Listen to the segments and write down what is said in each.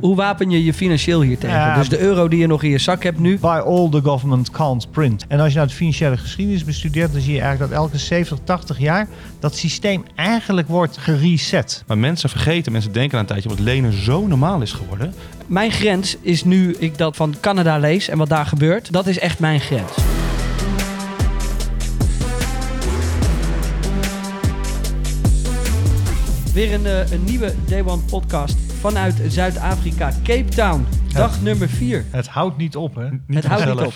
Hoe wapen je financieel hier tegen? Dus de euro die je nog in je zak hebt nu. By all the government can't print. En als je nou de financiële geschiedenis bestudeert, dan zie je eigenlijk dat elke 70, 80 jaar dat systeem eigenlijk wordt gereset. Maar mensen denken aan een tijdje dat lenen zo normaal is geworden. Mijn grens is nu ik dat van Canada lees en wat daar gebeurt. Dat is echt mijn grens. Weer een nieuwe Day One podcast vanuit Zuid-Afrika, Cape Town. Dag nummer 4. Het houdt niet op, hè? Het houdt niet op.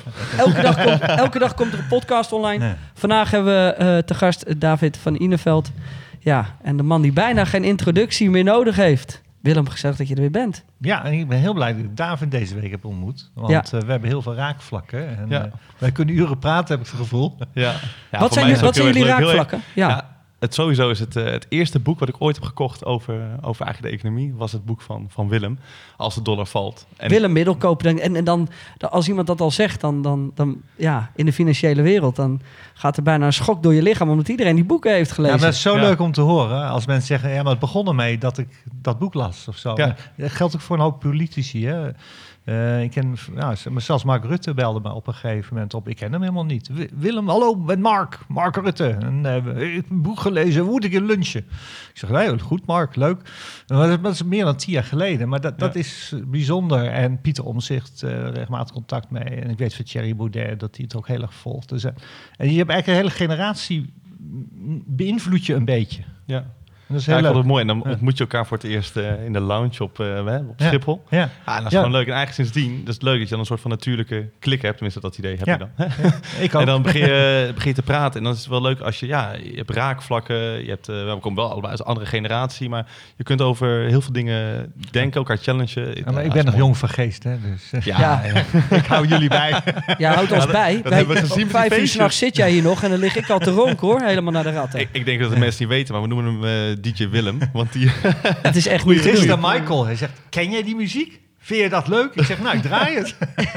Elke dag komt er een podcast online. Nee. Vandaag hebben we te gast David van Ineveld. Ja, en de man die bijna geen introductie meer nodig heeft. Willem, gezegd dat je er weer bent. Ja, en ik ben heel blij dat ik David deze week heb ontmoet. Want we hebben heel veel raakvlakken. En, wij kunnen uren praten, heb ik het gevoel. Ja. Wat zijn jullie raakvlakken? Ja. Sowieso is het eerste boek wat ik ooit heb gekocht over eigenlijk de economie, was het boek van Willem, Als de dollar valt. En Willem Middelkoop. En dan, als iemand dat al zegt, dan in de financiële wereld, dan gaat er bijna een schok door je lichaam, omdat iedereen die boeken heeft gelezen. Ja, maar dat is zo leuk om te horen. Als mensen zeggen, ja, maar het begon ermee dat ik dat boek las of zo. Ja. Dat geldt ook voor een hoop politici, hè. Ik ken, zelfs Mark Rutte belde me op een gegeven moment op. Ik ken hem helemaal niet. Willem, hallo, met Mark Rutte. En, ik heb een boek gelezen, hoe moet ik in lunchen? Ik zeg, nee, goed Mark, leuk. Dat is meer dan 10 jaar geleden, maar dat is bijzonder. En Pieter Omtzigt, regelmatig contact mee. En ik weet van Thierry Baudet dat hij het ook heel erg volgt. Dus, en je hebt eigenlijk een hele generatie, beïnvloed je een beetje. Ja. Dat is ik vond het mooi. En dan ontmoet je elkaar voor het eerst in de lounge op Schiphol. Ja. En dat is gewoon leuk. En eigenlijk sindsdien, dat is leuk dat je dan een soort van natuurlijke klik hebt. Tenminste, dat idee heb je dan. Ik ook. En dan begin je te praten. En dan is het wel leuk als je hebt raakvlakken. We komen wel allebei uit een andere generatie. Maar je kunt over heel veel dingen denken, elkaar challengen. Ja, maar ik ben nog jong van geest, hè. Dus. Ja. Ik hou jullie bij. Ja, houdt ons bij. Dat hebben we gezien om 5 uur 's nachts zit jij hier nog en dan lig ik al te ronken, hoor. Helemaal naar de ratten. Ik denk dat de mensen niet weten, maar we noemen hem DJ Willem. Want die het is echt niet Gisteren Michael, hij zegt, ken jij die muziek? Vind je dat leuk? Ik zeg, nou, ik draai het.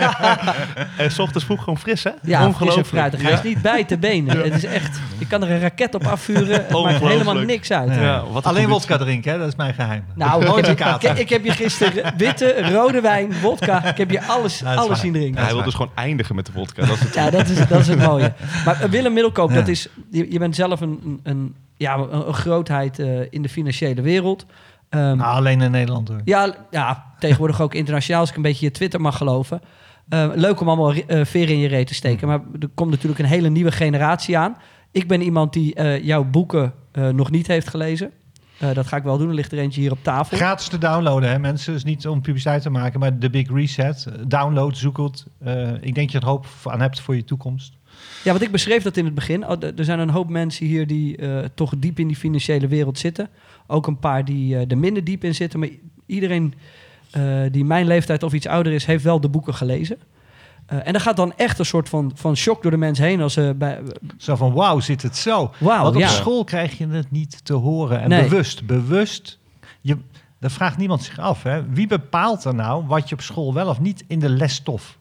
En 's ochtends vroeg gewoon fris, hè? Ja, ongelooflijk. Hij is niet bij te benen. Ja. Het is echt, ik kan er een raket op afvuren. Het maakt helemaal niks uit. Ja, alleen wodka drinken, hè? Dat is mijn geheim. Nou, ik heb je gisteren witte, rode wijn, wodka. Ik heb je alles zien drinken. Ja, hij wil dus gewoon eindigen met de wodka. Dat is het, dat is het mooie. Maar Willem Middelkoop, dat is, je bent zelf een grootheid in de financiële wereld. Alleen in Nederland, hoor. Ja, tegenwoordig ook internationaal, als ik een beetje je Twitter mag geloven. Leuk om allemaal veren in je reet te steken. Maar er komt natuurlijk een hele nieuwe generatie aan. Ik ben iemand die jouw boeken nog niet heeft gelezen. Dat ga ik wel doen. Er ligt er eentje hier op tafel. Gratis te downloaden, hè, mensen. Dus niet om publiciteit te maken, maar The Big Reset. Download, zoek het. Ik denk dat je er hoop aan hebt voor je toekomst. Ja, want ik beschreef dat in het begin. Er zijn een hoop mensen hier die toch diep in die financiële wereld zitten. Ook een paar die er minder diep in zitten. Maar iedereen die mijn leeftijd of iets ouder is, heeft wel de boeken gelezen. En er gaat dan echt een soort van shock door de mens heen. Als zo van, wauw, zit het zo? Want op school krijg je het niet te horen. En bewust. Daar vraagt niemand zich af. Hè? Wie bepaalt er nou wat je op school wel of niet in de lesstof?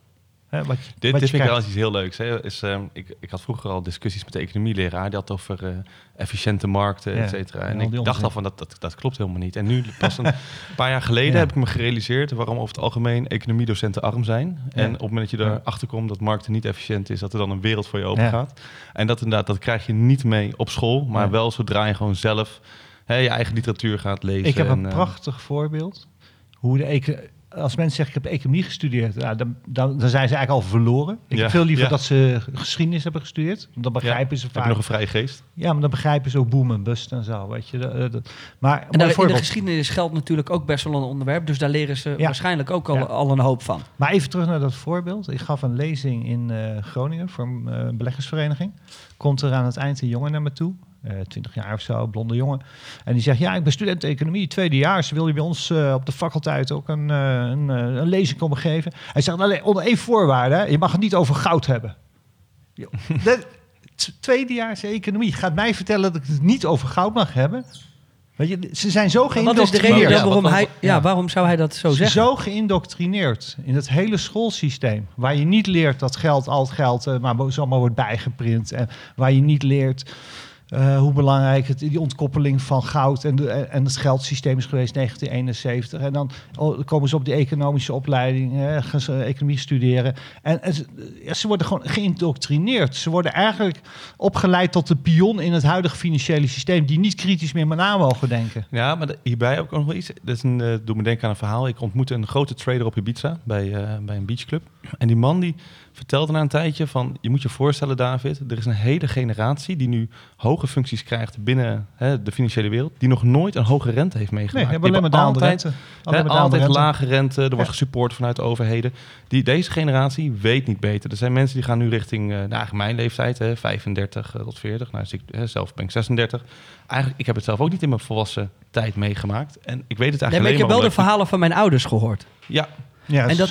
Dit vind ik wel eens iets heel leuks. Hè. Ik had vroeger al discussies met de economieleraar. Die had over efficiënte markten, et cetera. En ik dacht al van, dat klopt helemaal niet. En nu, pas een paar jaar geleden, heb ik me gerealiseerd waarom over het algemeen economiedocenten arm zijn. En op het moment dat je erachter komt dat markten niet efficiënt is, dat er dan een wereld voor je open gaat. En dat krijg je niet mee op school, maar wel zodra je gewoon zelf je eigen literatuur gaat lezen. Ik heb een prachtig voorbeeld. Als mensen zeggen, ik heb economie gestudeerd, dan zijn ze eigenlijk al verloren. Ik heb veel liever dat ze geschiedenis hebben gestudeerd. Dan begrijpen ze vaak. Heb je nog een vrije geest? Ja, maar dan begrijpen ze ook boom en bust en zo. Weet je. Maar in de geschiedenis geldt natuurlijk ook best wel een onderwerp. Dus daar leren ze waarschijnlijk ook al een hoop van. Maar even terug naar dat voorbeeld. Ik gaf een lezing in Groningen voor een beleggersvereniging. Komt er aan het eind een jongen naar me toe. 20 jaar of zo, blonde jongen. En die zegt, ja, ik ben student economie, tweedejaars. Wil je bij ons op de faculteit ook een lezing komen geven? Hij zegt, alleen onder één voorwaarde, hè, je mag het niet over goud hebben. Tweedejaars economie gaat mij vertellen dat ik het niet over goud mag hebben. Weet je, ze zijn zo geïndoctrineerd. Wat is de reden waarom zou hij dat zo zeggen? Zo geïndoctrineerd in het hele schoolsysteem. Waar je niet leert dat al het geld maar zomaar wordt bijgeprint. En waar je niet leert hoe belangrijk die ontkoppeling van goud en het geldsysteem is geweest in 1971. En dan komen ze op die economische opleiding, gaan ze economie studeren. En ze worden gewoon geïndoctrineerd. Ze worden eigenlijk opgeleid tot de pion in het huidige financiële systeem, die niet kritisch meer na mogen denken. Ja, maar hierbij ook nog wel iets. Dat doet me denken aan een verhaal. Ik ontmoette een grote trader op Ibiza bij een beachclub. En die man die vertelde na een tijdje van, je moet je voorstellen, David, er is een hele generatie die nu hoge functies krijgt binnen de financiële wereld, die nog nooit een hoge rente heeft meegemaakt. Nee, hebben alleen maar dalende rente. Altijd lage rente, er wordt gesupport vanuit de overheden. Deze generatie weet niet beter. Er zijn mensen die gaan nu richting eigenlijk mijn leeftijd, 35 tot 40. Nou, zelf ben ik 36. Eigenlijk, ik heb het zelf ook niet in mijn volwassen tijd meegemaakt. En ik weet het eigenlijk maar ik heb wel de verhalen van mijn ouders gehoord. Ja. Ja, en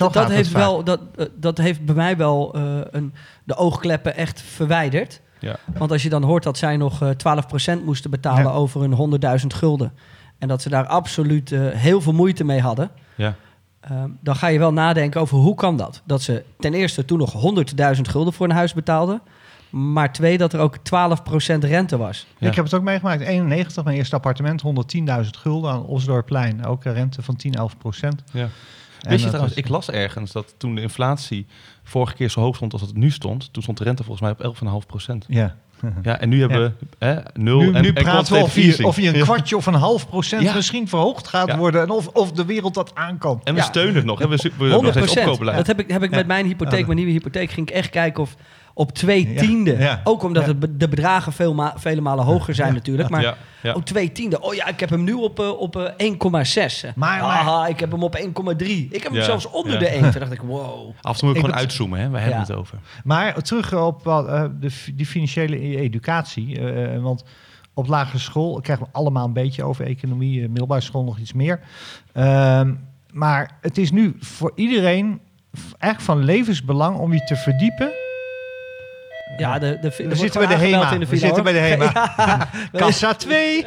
dat heeft bij mij wel de oogkleppen echt verwijderd. Ja. Want als je dan hoort dat zij nog 12% moesten betalen over hun 100.000 gulden. En dat ze daar absoluut heel veel moeite mee hadden. Ja. Dan ga je wel nadenken over hoe kan dat? Dat ze ten eerste toen nog 100.000 gulden voor een huis betaalden. Maar 2, dat er ook 12% rente was. Ja. Ik heb het ook meegemaakt. 91, mijn eerste appartement, 110.000 gulden aan Osdorpplein. Ook een rente van 10-11%. Ja. Wist je trouwens, ik las ergens dat toen de inflatie vorige keer zo hoog stond als het nu stond, toen stond de rente volgens mij op 11,5%. Ja. Ja, en nu hebben we 0. Nu praten we of je een kwartje of een 0,5% misschien verhoogd gaat worden. En of de wereld dat aan kan. En we steunen het nog. We 100%. Dat heb ik met mijn hypotheek, mijn nieuwe hypotheek, ging ik echt kijken of op 2/10. Ja. Ook omdat de bedragen vele malen hoger zijn natuurlijk. Maar op 2/10. Oh ja, ik heb hem nu op 1,6. Maar ik heb hem op 1,3. Ik heb hem zelfs onder de 1. Toen dacht ik, wow. Af en toe moet ik gewoon uitzoomen. Hè? We hebben het over. Maar terug op die financiële educatie. Want op lagere school krijgen we allemaal een beetje over economie. Middelbare school nog iets meer. Maar het is nu voor iedereen echt van levensbelang om je te verdiepen. Ja, we zitten bij de HEMA. Kassa 2.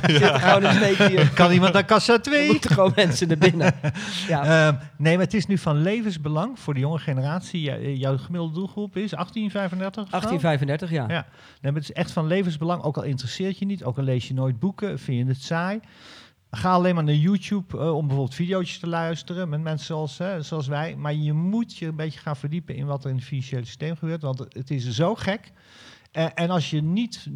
Kan iemand naar kassa 2? Er moeten gewoon mensen er binnen. Ja. Nee, maar het is nu van levensbelang voor de jonge generatie. Jouw gemiddelde doelgroep is 1835? 1835, ja. Nee, maar het is echt van levensbelang. Ook al interesseert je niet, ook al lees je nooit boeken, vind je het saai. Ga alleen maar naar YouTube om bijvoorbeeld video's te luisteren met mensen zoals wij. Maar je moet je een beetje gaan verdiepen in wat er in het financiële systeem gebeurt. Want het is zo gek. En als je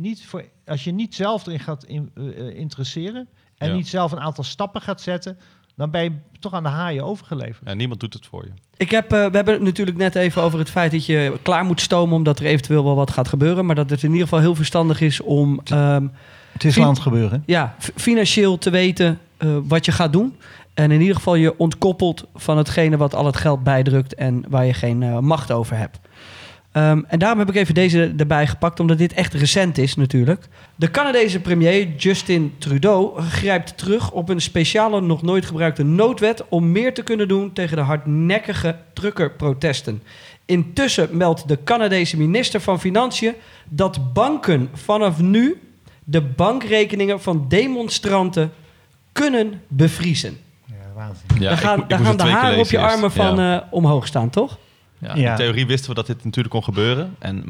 niet zelf erin gaat interesseren en niet zelf een aantal stappen gaat zetten, dan ben je toch aan de haaien overgeleverd. Ja, niemand doet het voor je. We hebben het natuurlijk net even over het feit dat je klaar moet stomen omdat er eventueel wel wat gaat gebeuren. Maar dat het in ieder geval heel verstandig is om... het is aan het gebeuren. Ja, financieel te weten wat je gaat doen. En in ieder geval je ontkoppelt van hetgene wat al het geld bijdrukt en waar je geen macht over hebt. En daarom heb ik even deze erbij gepakt, omdat dit echt recent is natuurlijk. De Canadese premier Justin Trudeau grijpt terug op een speciale, nog nooit gebruikte noodwet om meer te kunnen doen tegen de hardnekkige truckerprotesten. Intussen meldt de Canadese minister van Financiën dat banken vanaf nu de bankrekeningen van demonstranten kunnen bevriezen. Ja, waanzin. Daar gaan de haren op je armen van omhoog staan, toch? Ja, in theorie wisten we dat dit natuurlijk kon gebeuren. En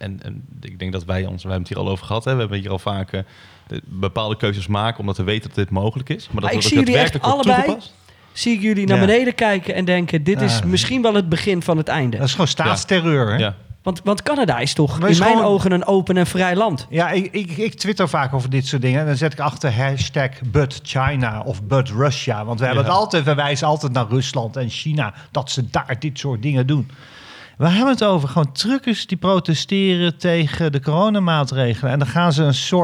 ik denk dat we hebben het hier al over gehad. Hè. We hebben hier al vaak bepaalde keuzes maken omdat we weten dat dit mogelijk is. Maar dat ik zie jullie echt allebei. Zie ik jullie naar beneden kijken en denken, dit is misschien wel het begin van het einde. Dat is gewoon staatsterreur, hè? Ja. Want Canada is toch in mijn ogen een open en vrij land. Ja, ik twitter vaak over dit soort dingen. En dan zet ik achter #ButChina of #ButRussia. Want we wijzen altijd naar Rusland en China dat ze daar dit soort dingen doen. We hebben het over gewoon truckers die protesteren tegen de coronamaatregelen. En dan maken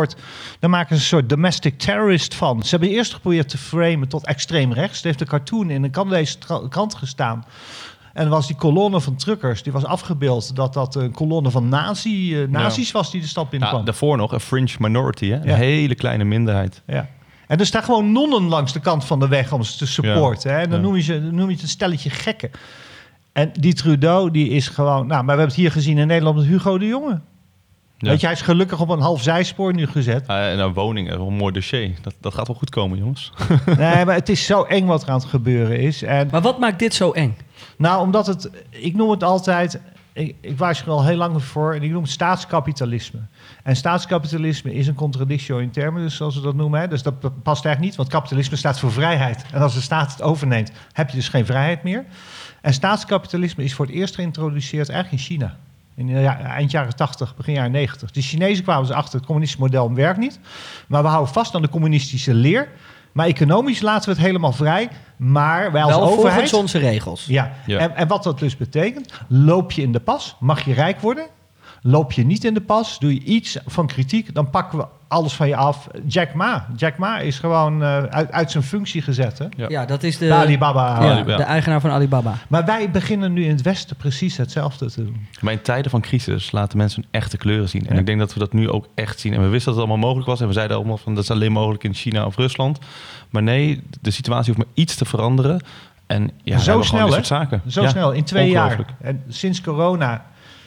ze een soort domestic terrorist van. Ze hebben eerst geprobeerd te framen tot extreem rechts. Er heeft een cartoon in een Canadese krant gestaan. En was die kolonne van truckers, die was afgebeeld dat een kolonne van nazi's was die de stad binnenkwam. Daarvoor nog een fringe minority, hè? Een hele kleine minderheid. Ja. En er staan gewoon nonnen langs de kant van de weg om ze te supporten. Hè? En dan noem je het een stelletje gekken. En die Trudeau, die is gewoon... maar we hebben het hier gezien in Nederland met Hugo de Jonge. Ja. Weet je, hij is gelukkig op een half zijspoor nu gezet. En een woning, een mooi dossier. Dat gaat wel goed komen, jongens. Nee, maar het is zo eng wat er aan het gebeuren is. Maar wat maakt dit zo eng? Nou, omdat ik noem het altijd... ik waarschuw er al heel lang voor. En ik noem het staatskapitalisme. En staatskapitalisme is een contradictio in terminus, zoals we dat noemen. Hè. Dus dat past eigenlijk niet, want kapitalisme staat voor vrijheid. En als de staat het overneemt, heb je dus geen vrijheid meer. En staatskapitalisme is voor het eerst geïntroduceerd eigenlijk in China. Eind jaren 80, begin jaren 90. De Chinezen kwamen ze achter, het communistische model werkt niet. Maar we houden vast aan de communistische leer. Maar economisch laten we het helemaal vrij. Maar wij als wel overheid... volgens onze regels. Ja. En wat dat dus betekent, loop je in de pas, mag je rijk worden. Loop je niet in de pas, doe je iets van kritiek, dan pakken we alles van je af. Jack Ma is gewoon uit zijn functie gezet. Hè? Ja, dat is de Alibaba. Ja, de eigenaar van Alibaba. Maar wij beginnen nu in het Westen precies hetzelfde te doen. Maar in tijden van crisis laten mensen hun echte kleuren zien. En ik denk dat we dat nu ook echt zien. En we wisten dat het allemaal mogelijk was. En we zeiden allemaal van dat is alleen mogelijk in China of Rusland. Maar nee, de situatie hoeft maar iets te veranderen. En ja, zo snel, hè? Zaken. Zo snel, in 2 jaar. En sinds corona...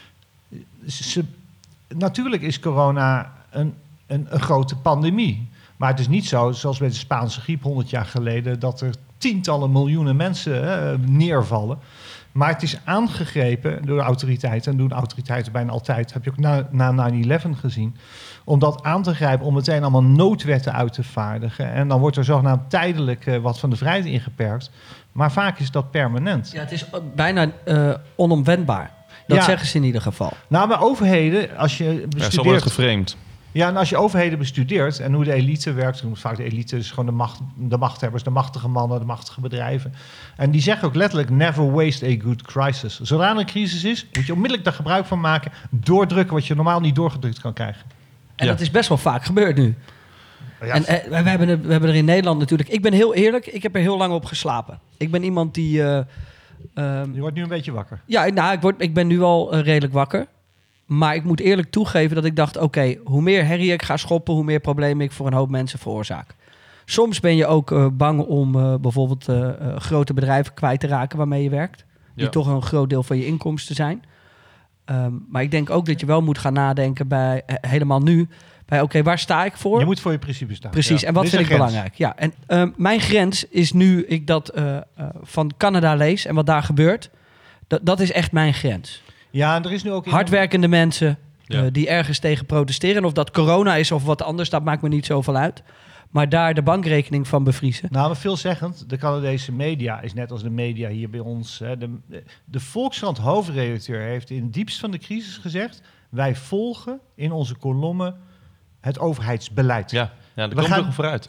Natuurlijk is corona een grote pandemie. Maar het is niet zo, zoals bij de Spaanse griep 100 jaar geleden... dat er tientallen miljoenen mensen neervallen. Maar het is aangegrepen door de autoriteiten. En doen de autoriteiten bijna altijd. Heb je ook na 9/11 gezien. Om dat aan te grijpen, om meteen allemaal noodwetten uit te vaardigen. En dan wordt er zogenaamd tijdelijk wat van de vrijheid ingeperkt. Maar vaak is dat permanent. Ja, het is bijna onomwendbaar. Dat zeggen ze in ieder geval. Nou, maar overheden, als je bestudeert... zo wordt het geframed. Ja, en als je overheden bestudeert en hoe de elite werkt... vaak de elite is gewoon de machthebbers, de machtige mannen, de machtige bedrijven. En die zeggen ook letterlijk, never waste a good crisis. Zodra er een crisis is, moet je onmiddellijk daar gebruik van maken... doordrukken wat je normaal niet doorgedrukt kan krijgen. En dat is best wel vaak gebeurd nu. Ja. En we hebben er in Nederland natuurlijk... Ik ben heel eerlijk, ik heb er heel lang op geslapen. Ik ben iemand die... je wordt nu een beetje wakker. Ja, nou, ik ben nu al redelijk wakker. Maar ik moet eerlijk toegeven dat ik dacht... oké, hoe meer herrie ik ga schoppen... hoe meer problemen ik voor een hoop mensen veroorzaak. Soms ben je ook bang om bijvoorbeeld grote bedrijven kwijt te raken... waarmee je werkt. Die toch een groot deel van je inkomsten zijn. Maar ik denk ook dat je wel moet gaan nadenken bij helemaal nu... bij oké, waar sta ik voor? Je moet voor je principes staan. Precies, en wat vind ik belangrijk? Ja, en mijn grens is nu ik dat van Canada lees en wat daar gebeurt... Dat is echt mijn grens. Ja, en er is nu ook... Hardwerkende mensen die ergens tegen protesteren. En of dat corona is of wat anders, dat maakt me niet zoveel uit. Maar daar de bankrekening van bevriezen. Nou, maar veelzeggend, de Canadese media is net als de media hier bij ons. Hè, de Volkskrant hoofdredacteur heeft in het diepst van de crisis gezegd... wij volgen in onze kolommen het overheidsbeleid. Ja, daar komen we vooruit.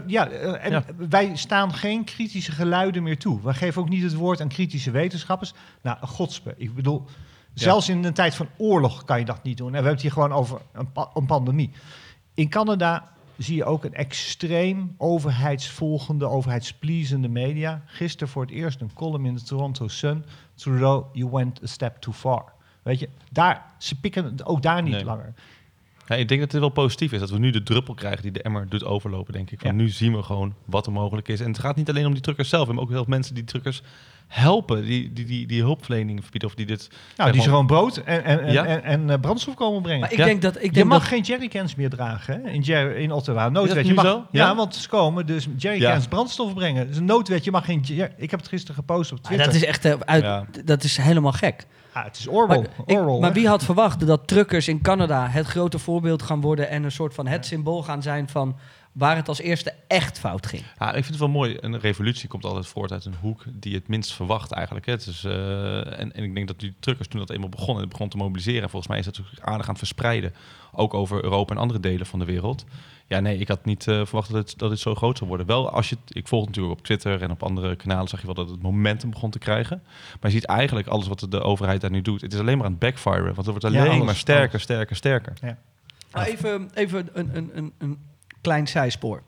Wij staan geen kritische geluiden meer toe. Wij geven ook niet het woord aan kritische wetenschappers. Nou, godspe, ik bedoel... Zelfs in een tijd van oorlog kan je dat niet doen. En we hebben het hier gewoon over een pandemie. In Canada zie je ook een extreem overheidsvolgende, overheidspleasende media. Gisteren voor het eerst een column in de Toronto Sun. Trudeau, you went a step too far. Weet je, ze pikken ook daar niet langer. Ja, ik denk dat het wel positief is dat we nu de druppel krijgen die de emmer doet overlopen, denk ik. Nu zien we gewoon wat er mogelijk is. En het gaat niet alleen om die truckers zelf. We hebben ook heel veel mensen die truckers helpen, die hulpverlening verbieden of die dit... Nou, die ze gewoon brood en brandstof komen brengen. Maar ik denk je mag geen jerrycans meer dragen, hè? In Ottawa. Noodwet. Je mag, ja, want ze komen dus jerrycans brandstof brengen. Dus een noodwet, je mag geen... Ik heb het gisteren gepost op Twitter. Dat is echt dat is helemaal gek. Ja, het is Orwell. Maar wie had verwacht dat truckers in Canada het grote voorbeeld gaan worden en een soort van het symbool gaan zijn van waar het als eerste echt fout ging? Ja, ik vind het wel mooi. Een revolutie komt altijd voort uit een hoek die het minst verwacht eigenlijk. Hè. Het is, en ik denk dat die truckers toen dat eenmaal begon te mobiliseren. Volgens mij is dat aardig aan het verspreiden. Ook over Europa en andere delen van de wereld. Ja, nee, ik had niet verwacht dat het zo groot zou worden. Wel, ik volg natuurlijk op Twitter en op andere kanalen, zag je wel dat het momentum begon te krijgen. Maar je ziet eigenlijk alles wat de overheid daar nu doet. Het is alleen maar aan het backfiren, want het wordt alleen maar sterker. Ja. Nou, even een klein zijspoor.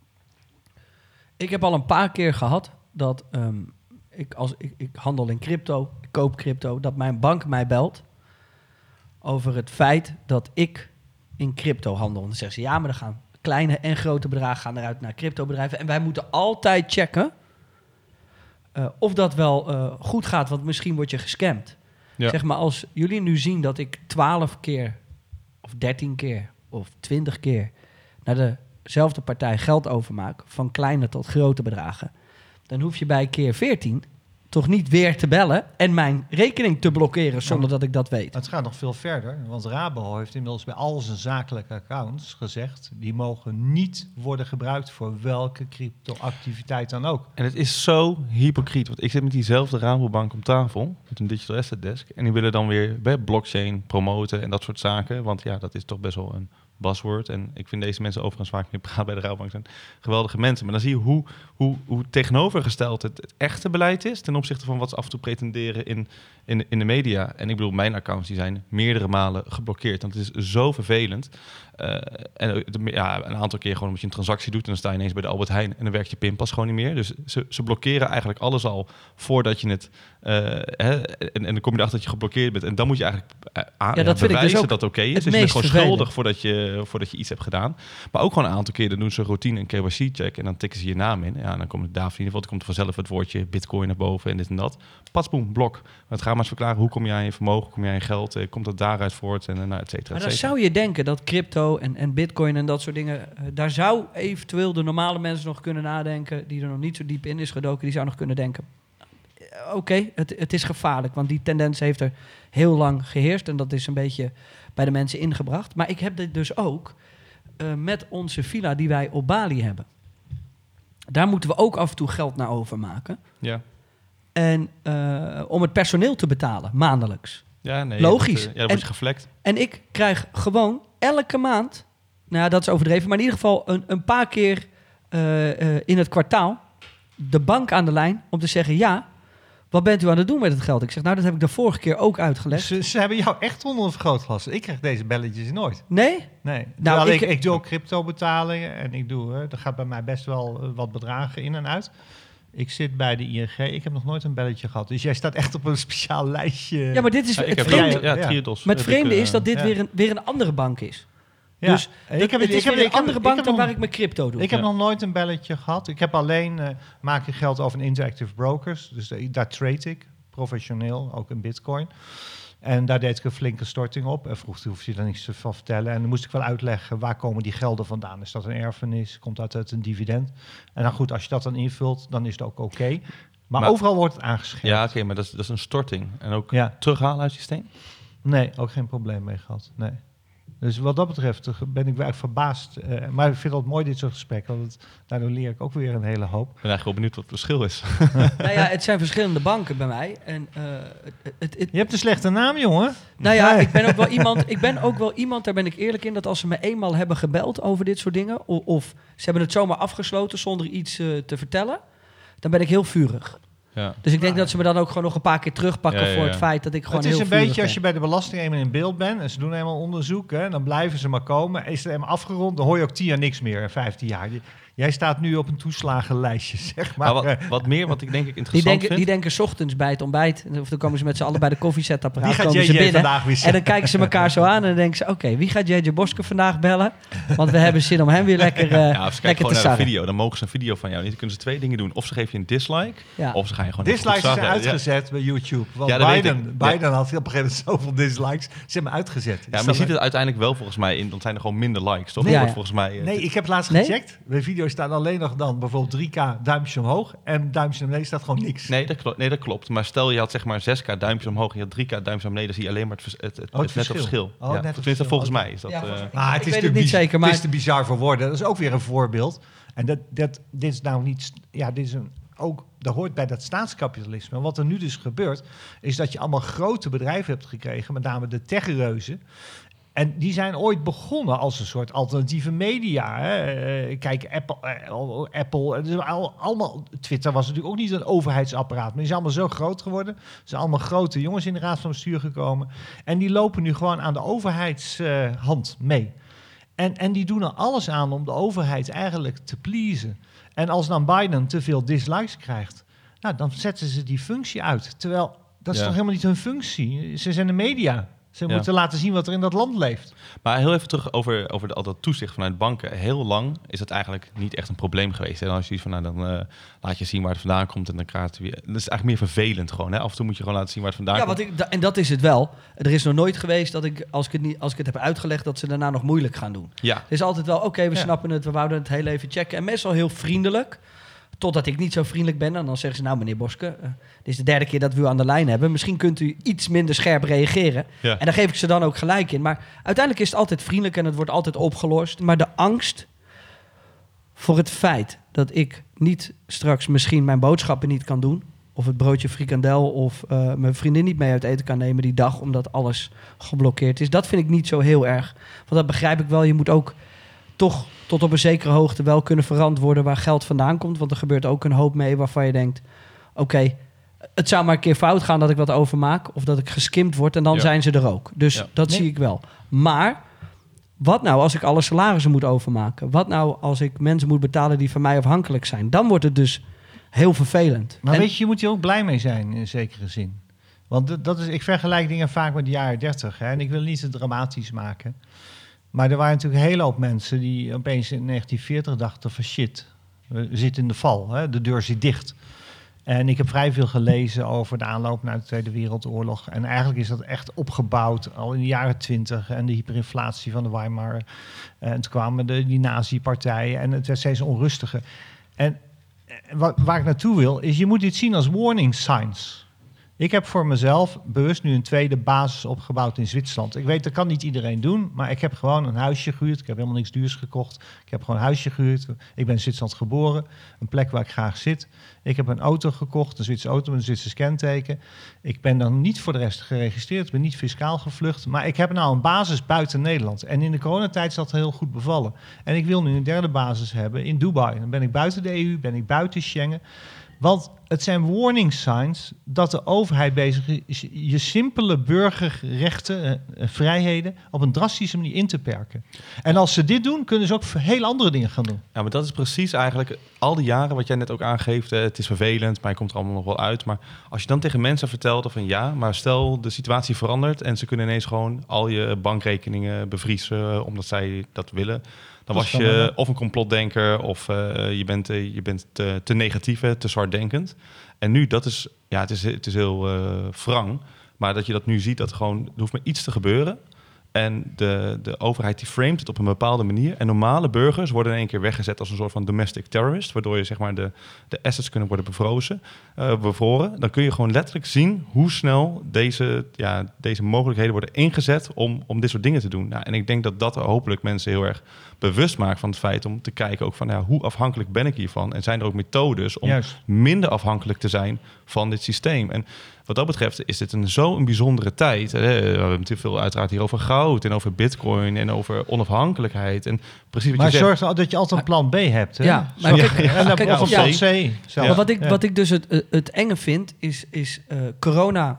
Ik heb al een paar keer gehad dat ik handel in crypto, ik koop crypto, dat mijn bank mij belt over het feit dat ik in crypto handel. En dan zeggen ze, ja, maar er gaan kleine en grote bedragen gaan eruit naar cryptobedrijven. En wij moeten altijd checken of dat wel goed gaat, want misschien word je gescamd. Ja. Zeg maar, als jullie nu zien dat ik 12 keer of 13 keer of 20 keer naar dezelfde partij geld overmaak, van kleine tot grote bedragen, dan hoef je bij keer 14 toch niet weer te bellen en mijn rekening te blokkeren zonder dat ik dat weet. Het gaat nog veel verder, want Rabo heeft inmiddels bij al zijn zakelijke accounts gezegd, die mogen niet worden gebruikt voor welke crypto-activiteit dan ook. En het is zo hypocriet, want ik zit met diezelfde Rabobank om tafel, met een digital asset desk, en die willen dan weer bij blockchain promoten en dat soort zaken, want ja, dat is toch best wel een buzzword. En ik vind deze mensen overigens vaak meer praten bij de Rabobank zijn geweldige mensen. Maar dan zie je hoe tegenovergesteld het echte beleid is ten opzichte van wat ze af en toe pretenderen in de media. En ik bedoel, mijn accounts die zijn meerdere malen geblokkeerd. Want het is zo vervelend. Een aantal keer gewoon omdat je een transactie doet en dan sta je ineens bij de Albert Heijn en dan werkt je pinpas gewoon niet meer. Dus ze blokkeren eigenlijk alles al voordat je het... en dan kom je erachter dat je geblokkeerd bent. En dan moet je eigenlijk bewijzen dus dat oké is. Dus je bent gewoon schuldig voordat je iets hebt gedaan. Maar ook gewoon een aantal keer, dan doen ze een routine, een KYC-check en dan tikken ze je naam in. Ja, dan komt het daarvoor in ieder geval, dan komt er vanzelf het woordje bitcoin naar boven en dit en dat. Patsboom, blok. Maar het gaat maar eens verklaren, hoe kom jij aan je vermogen, hoe kom jij aan je geld, komt dat daaruit voort en et cetera. Maar dan zou je denken dat crypto en bitcoin en dat soort dingen, daar zou eventueel de normale mensen nog kunnen nadenken, die er nog niet zo diep in is gedoken, die zou nog kunnen denken, oké, het is gevaarlijk, want die tendens heeft er heel lang geheerst en dat is een beetje bij de mensen ingebracht. Maar ik heb dit dus ook met onze villa die wij op Bali hebben. Daar moeten we ook af en toe geld naar overmaken. Ja. En om het personeel te betalen, maandelijks. Ja, nee. Logisch. Dan word je geflekt. En ik krijg gewoon elke maand, nou ja, dat is overdreven, maar in ieder geval een paar keer in het kwartaal de bank aan de lijn om te zeggen, ja, wat bent u aan het doen met het geld? Ik zeg, nou, dat heb ik de vorige keer ook uitgelegd. Ze hebben jou echt onder een vergrootglas. Ik krijg deze belletjes nooit. Nee? Nee. Nou, ik doe ook crypto betalingen en er gaat bij mij best wel wat bedragen in en uit. Ik zit bij de ING. Ik heb nog nooit een belletje gehad. Dus jij staat echt op een speciaal lijstje. Ja, maar dit is het vreemde. Triodos. Maar het vreemde is dat dit weer een andere bank is. Ja. Dus het is weer een andere bank dan waar ik mijn crypto doe. Ik heb nog nooit een belletje gehad. Ik heb alleen, maak je geld over een Interactive Brokers. Dus daar trade ik, professioneel, ook in bitcoin. En daar deed ik een flinke storting op. En vroeg hoef je daar niks van vertellen. En dan moest ik wel uitleggen, waar komen die gelden vandaan? Is dat een erfenis? Komt dat uit een dividend? En dan goed, als je dat dan invult, dan is het ook oké. Maar overal wordt het aangescherpt. Ja, oké, maar dat is een storting. En ook terughalen uit het systeem? Nee, ook geen probleem mee gehad. Nee. Dus wat dat betreft ben ik wel verbaasd. Maar ik vind het mooi, dit soort gesprekken. Want daardoor leer ik ook weer een hele hoop. Ik ben eigenlijk wel benieuwd wat het verschil is. Nou ja, het zijn verschillende banken bij mij. En, je hebt een slechte naam, jongen. Nou ja, ik ben ook wel iemand, daar ben ik eerlijk in, dat als ze me eenmaal hebben gebeld over dit soort dingen, of ze hebben het zomaar afgesloten zonder iets te vertellen, dan ben ik heel vurig. Ja. Dus ik denk dat ze me dan ook gewoon nog een paar keer terugpakken voor het feit dat ik gewoon heel vurig ben. Het is een beetje als je bij de belasting eenmaal in beeld bent en ze doen eenmaal onderzoek, hè, dan blijven ze maar komen. Is het eenmaal afgerond, dan hoor je ook 10 jaar niks meer, 15 jaar. Jij staat nu op een toeslagenlijstje, zeg maar. Wat ik denk ik interessant vind. Die denken 's ochtends bij het ontbijt, of dan komen ze met z'n allen bij de koffiezetapparaat. Wie gaat JJ vandaag weer en dan kijken ze elkaar zo aan en dan denken ze, oké, wie gaat JJ Boske vandaag bellen? Want we hebben zin om hem weer lekker of ze kijken gewoon naar een video, dan mogen ze een video van jou niet. Dan kunnen ze 2 dingen doen. Of ze geven je een dislike, of ze gaan je gewoon... Dislikes zijn uitgezet bij YouTube. Want Biden had op een gegeven moment zoveel dislikes. Ze hebben uitgezet. Ja, maar je ziet het uiteindelijk wel volgens mij, dan zijn er gewoon minder likes, toch? Volgens mij, nee, ik heb laatst gecheckt. Bij video's staan alleen nog dan bijvoorbeeld 3K duimpjes omhoog en duimpjes naar beneden staat gewoon niks. Nee, dat klopt. Maar stel je had zeg maar 6K duimpjes omhoog en je had 3K duimpjes naar beneden, zie je alleen maar het verschil. Tenminste, volgens mij is dat... het is niet zeker, maar het is te bizar voor woorden. Dat is ook weer een voorbeeld. En dit is nou niet... Ja, dit is ook... Dat hoort bij dat staatskapitalisme. En wat er nu dus gebeurt, is dat je allemaal grote bedrijven hebt gekregen, met name de techreuzen. En die zijn ooit begonnen als een soort alternatieve media. Hè. Kijk, Apple allemaal, Twitter was natuurlijk ook niet een overheidsapparaat, maar die zijn allemaal zo groot geworden. Er zijn allemaal grote jongens in de raad van bestuur gekomen. En die lopen nu gewoon aan de overheidshand mee. En die doen er alles aan om de overheid eigenlijk te pleasen. En als dan Biden te veel dislikes krijgt, nou, dan zetten ze die functie uit. Terwijl, dat is toch helemaal niet hun functie. Ze zijn de media. Ze moeten laten zien wat er in dat land leeft. Maar heel even terug over al dat toezicht vanuit banken. Heel lang is het eigenlijk niet echt een probleem geweest. En als je ziet van, dan laat je zien waar het vandaan komt en dan krijg je weer. Dat is eigenlijk meer vervelend gewoon. Hè? Af en toe moet je gewoon laten zien waar het vandaan komt. En dat is het wel. Er is nog nooit geweest dat ik, als ik het heb uitgelegd, dat ze daarna nog moeilijk gaan doen. Ja. Het is altijd wel, we snappen het, we wouden het heel even checken. En meestal heel vriendelijk. Totdat ik niet zo vriendelijk ben. En dan zeggen ze, nou meneer Boske, dit is de 3e keer dat we u aan de lijn hebben. Misschien kunt u iets minder scherp reageren. Ja. En daar geef ik ze dan ook gelijk in. Maar uiteindelijk is het altijd vriendelijk en het wordt altijd opgelost. Maar de angst voor het feit dat ik niet straks misschien mijn boodschappen niet kan doen, of het broodje frikandel of mijn vriendin niet mee uit eten kan nemen die dag, omdat alles geblokkeerd is. Dat vind ik niet zo heel erg. Want dat begrijp ik wel. Je moet ook toch tot op een zekere hoogte wel kunnen verantwoorden waar geld vandaan komt. Want er gebeurt ook een hoop mee waarvan je denkt, oké, het zou maar een keer fout gaan dat ik wat overmaak of dat ik geskimd word en dan zijn ze er ook. Dus dat zie ik wel. Maar wat nou als ik alle salarissen moet overmaken? Wat nou als ik mensen moet betalen die van mij afhankelijk zijn? Dan wordt het dus heel vervelend. Maar weet je moet hier ook blij mee zijn in zekere zin. Want dat is, ik vergelijk dingen vaak met de jaren 30. Hè, en ik wil niet te dramatisch maken. Maar er waren natuurlijk een hele hoop mensen die opeens in 1940 dachten van shit, we zitten in de val. Hè, de deur zit dicht. En ik heb vrij veel gelezen over de aanloop naar de Tweede Wereldoorlog. En eigenlijk is dat echt opgebouwd al in de jaren 20 en de hyperinflatie van de Weimar. En toen kwamen die nazi-partijen en het werd steeds onrustiger. En waar ik naartoe wil, is je moet dit zien als warning signs. Ik heb voor mezelf bewust nu een tweede basis opgebouwd in Zwitserland. Ik weet, dat kan niet iedereen doen, maar ik heb gewoon een huisje gehuurd. Ik heb helemaal niks duurs gekocht. Ik heb gewoon een huisje gehuurd. Ik ben in Zwitserland geboren, een plek waar ik graag zit. Ik heb een auto gekocht, een Zwitserse auto met een Zwitsers kenteken. Ik ben dan niet voor de rest geregistreerd, ik ben niet fiscaal gevlucht. Maar ik heb nou een basis buiten Nederland. En in de coronatijd is dat heel goed bevallen. En ik wil nu een derde basis hebben in Dubai. Dan ben ik buiten de EU, ben ik buiten Schengen. Want het zijn warning signs dat de overheid bezig is je simpele burgerrechten, vrijheden op een drastische manier in te perken. En als ze dit doen, kunnen ze ook heel andere dingen gaan doen. Ja, maar dat is precies eigenlijk al die jaren wat jij net ook aangeeft. Het is vervelend, maar je komt er allemaal nog wel uit. Maar als je dan tegen mensen vertelt van ja, maar stel de situatie verandert en ze kunnen ineens gewoon al je bankrekeningen bevriezen omdat zij dat willen. Dan was je of een complotdenker of je bent te negatief, te zwaardenkend. En nu, dat is, ja, het is heel wrang. Maar dat je dat nu ziet, dat gewoon, er hoeft maar iets te gebeuren. En de overheid die framet het op een bepaalde manier. En normale burgers worden in één keer weggezet als een soort van domestic terrorist. Waardoor je zeg maar de assets kunnen worden bevroren. Dan kun je gewoon letterlijk zien hoe snel deze mogelijkheden worden ingezet om dit soort dingen te doen. Nou, en ik denk dat hopelijk mensen heel erg bewust maakt van het feit om te kijken ook van hoe afhankelijk ben ik hiervan. En zijn er ook methodes om minder afhankelijk te zijn van dit systeem. En wat dat betreft is dit zo'n bijzondere tijd. We hebben natuurlijk veel uiteraard hier over goud en over bitcoin en over onafhankelijkheid. En precies wat je zegt. Maar zorg dat je altijd een plan B hebt. Hè? Ja, maar plan C. Maar wat ik dus het enge vind, is corona.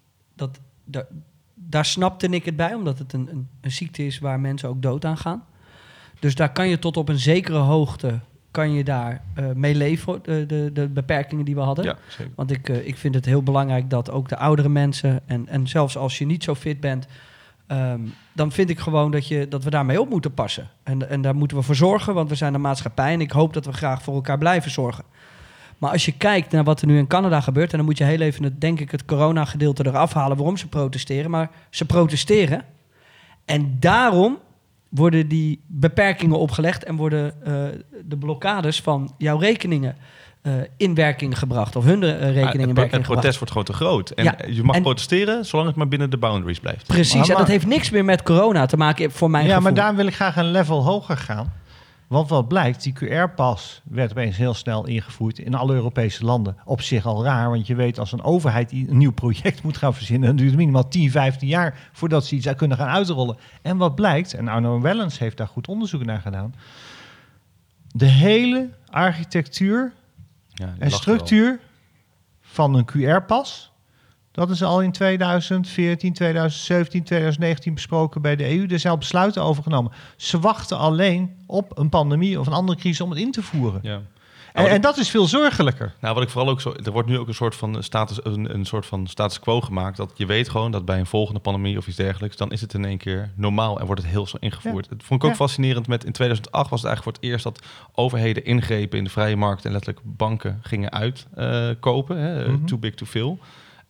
Daar snapte ik het bij, omdat het een ziekte is waar mensen ook dood aan gaan. Dus daar kan je tot op een zekere hoogte mee leven, de beperkingen die we hadden. Ja, zeker. Want ik vind het heel belangrijk dat ook de oudere mensen, en zelfs als je niet zo fit bent, dan vind ik gewoon dat we daarmee op moeten passen. En daar moeten we voor zorgen, want we zijn een maatschappij en ik hoop dat we graag voor elkaar blijven zorgen. Maar als je kijkt naar wat er nu in Canada gebeurt, en dan moet je heel even het corona-gedeelte eraf halen waarom ze protesteren. Maar ze protesteren en daarom worden die beperkingen opgelegd en worden de blokkades van jouw rekeningen in werking gebracht. Of hun rekeningen in werking gebracht. Het protest wordt gewoon te groot. En je mag protesteren zolang het maar binnen de boundaries blijft. Precies, en dat heeft niks meer met corona te maken voor mijn gevoel. Ja, maar daarom wil ik graag een level hoger gaan. Want wat blijkt, die QR-pas werd opeens heel snel ingevoerd in alle Europese landen. Op zich al raar, want je weet als een overheid een nieuw project moet gaan verzinnen, dan duurt het minimaal 10, 15 jaar voordat ze iets kunnen gaan uitrollen. En wat blijkt, en Arno Wellens heeft daar goed onderzoek naar gedaan, de hele architectuur en structuur van een QR-pas, dat is al in 2014, 2017, 2019 besproken bij de EU. Er zijn al besluiten over genomen. Ze wachten alleen op een pandemie of een andere crisis om het in te voeren. Ja. En dat is veel zorgelijker. Nou, wat ik vooral ook er wordt nu ook een soort van status quo gemaakt. Dat je weet gewoon dat bij een volgende pandemie of iets dergelijks, dan is het in één keer normaal en wordt het heel snel ingevoerd. Ja. Dat vond ik ook fascinerend. In 2008 was het eigenlijk voor het eerst dat overheden ingrepen in de vrije markt en letterlijk banken gingen uitkopen. Too big to fail.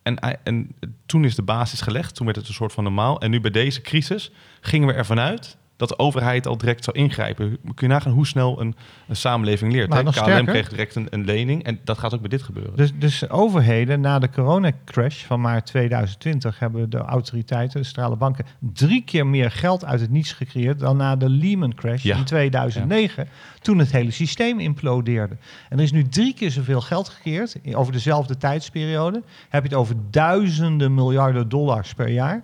En toen is de basis gelegd. Toen werd het een soort van normaal. En nu bij deze crisis gingen we ervan uit dat de overheid al direct zou ingrijpen. Kun je nagaan hoe snel een samenleving leert. Maar KLM kreeg direct een lening en dat gaat ook bij dit gebeuren. Dus overheden, na de coronacrash van maart 2020... hebben de autoriteiten, de centrale banken... 3 keer meer geld uit het niets gecreëerd... dan na de Lehman crash in 2009... toen het hele systeem implodeerde. En er is nu 3 keer zoveel geld gecreëerd... over dezelfde tijdsperiode. Heb je het over duizenden miljarden dollars per jaar...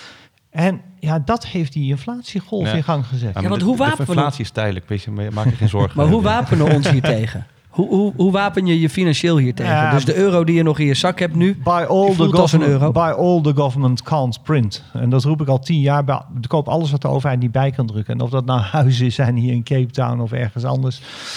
En dat heeft die inflatiegolf in gang gezet. Ja, want de inflatie is tijdelijk, maak je geen zorgen. Maar hoe wapenen we ons hier tegen? Hoe wapen je financieel hier tegen? Dus de euro die je nog in je zak hebt nu, voelt als een euro. By all the government can't print. En dat roep ik al 10 jaar. Koop alles wat de overheid niet bij kan drukken. En of dat nou huizen zijn hier in Cape Town of ergens anders.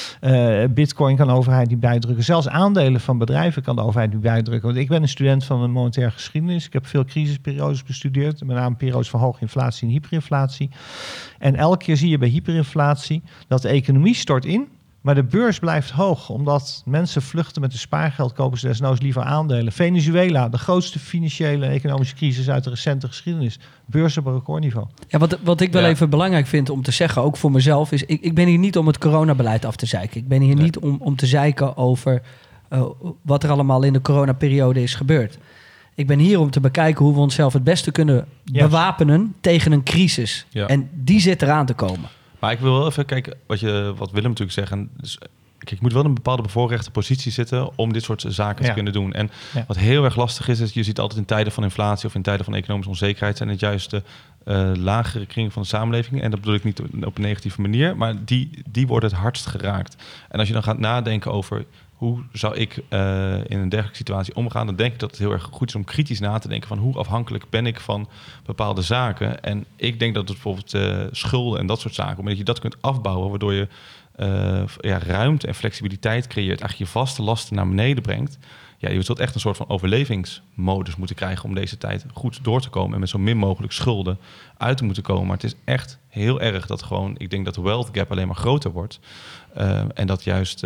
Bitcoin kan de overheid niet bijdrukken. Zelfs aandelen van bedrijven kan de overheid niet bijdrukken. Want ik ben een student van de monetaire geschiedenis. Ik heb veel crisisperiodes bestudeerd. Met name periodes van hoge inflatie en hyperinflatie. En elke keer zie je bij hyperinflatie dat de economie stort in. Maar de beurs blijft hoog, omdat mensen vluchten met hun spaargeld, kopen ze desnoods liever aandelen. Venezuela, de grootste financiële en economische crisis uit de recente geschiedenis. Beurs op een recordniveau. Ja, wat ik wel even belangrijk vind om te zeggen, ook voor mezelf, is ik ben hier niet om het coronabeleid af te zeiken. Ik ben hier niet om te zeiken over wat er allemaal in de coronaperiode is gebeurd. Ik ben hier om te bekijken hoe we onszelf het beste kunnen bewapenen tegen een crisis. Ja. En die zit eraan te komen. Maar ik wil wel even kijken wat Willem natuurlijk zeggen. Dus, kijk, je moet wel in een bepaalde bevoorrechte positie zitten om dit soort zaken te kunnen doen. En wat heel erg lastig is je ziet altijd in tijden van inflatie of in tijden van economische onzekerheid zijn het juist de lagere kringen van de samenleving. En dat bedoel ik niet op een negatieve manier, maar die worden het hardst geraakt. En als je dan gaat nadenken over hoe zou ik in een dergelijke situatie omgaan, dan denk ik dat het heel erg goed is om kritisch na te denken van hoe afhankelijk ben ik van bepaalde zaken. En ik denk dat het bijvoorbeeld schulden en dat soort zaken, omdat je dat kunt afbouwen, waardoor je ruimte en flexibiliteit creëert, eigenlijk je vaste lasten naar beneden brengt. Ja, je zult echt een soort van overlevingsmodus moeten krijgen om deze tijd goed door te komen en met zo min mogelijk schulden uit te moeten komen. Maar het is echt heel erg dat ik denk dat de wealth gap alleen maar groter wordt. En dat juist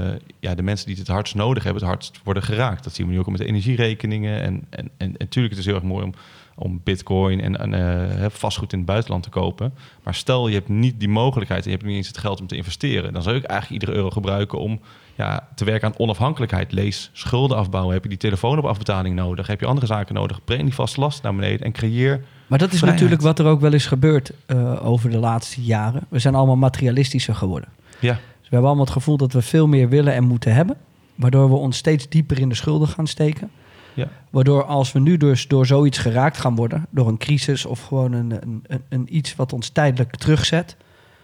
de mensen die het hardst nodig hebben, het hardst worden geraakt. Dat zien we nu ook met de energierekeningen. En natuurlijk, het is heel erg mooi om bitcoin en vastgoed in het buitenland te kopen. Maar stel, je hebt niet die mogelijkheid en je hebt niet eens het geld om te investeren. Dan zou ik eigenlijk iedere euro gebruiken om te werken aan onafhankelijkheid. Lees schulden afbouwen. Heb je die telefoon op afbetaling nodig? Heb je andere zaken nodig? Breng die vaste last naar beneden en creëer Maar dat is natuurlijk wat er ook wel is gebeurd over de laatste jaren. We zijn allemaal materialistischer geworden. Ja. Dus we hebben allemaal het gevoel dat we veel meer willen en moeten hebben. Waardoor we ons steeds dieper in de schulden gaan steken. Ja. Waardoor als we nu dus door zoiets geraakt gaan worden, door een crisis of gewoon een iets wat ons tijdelijk terugzet,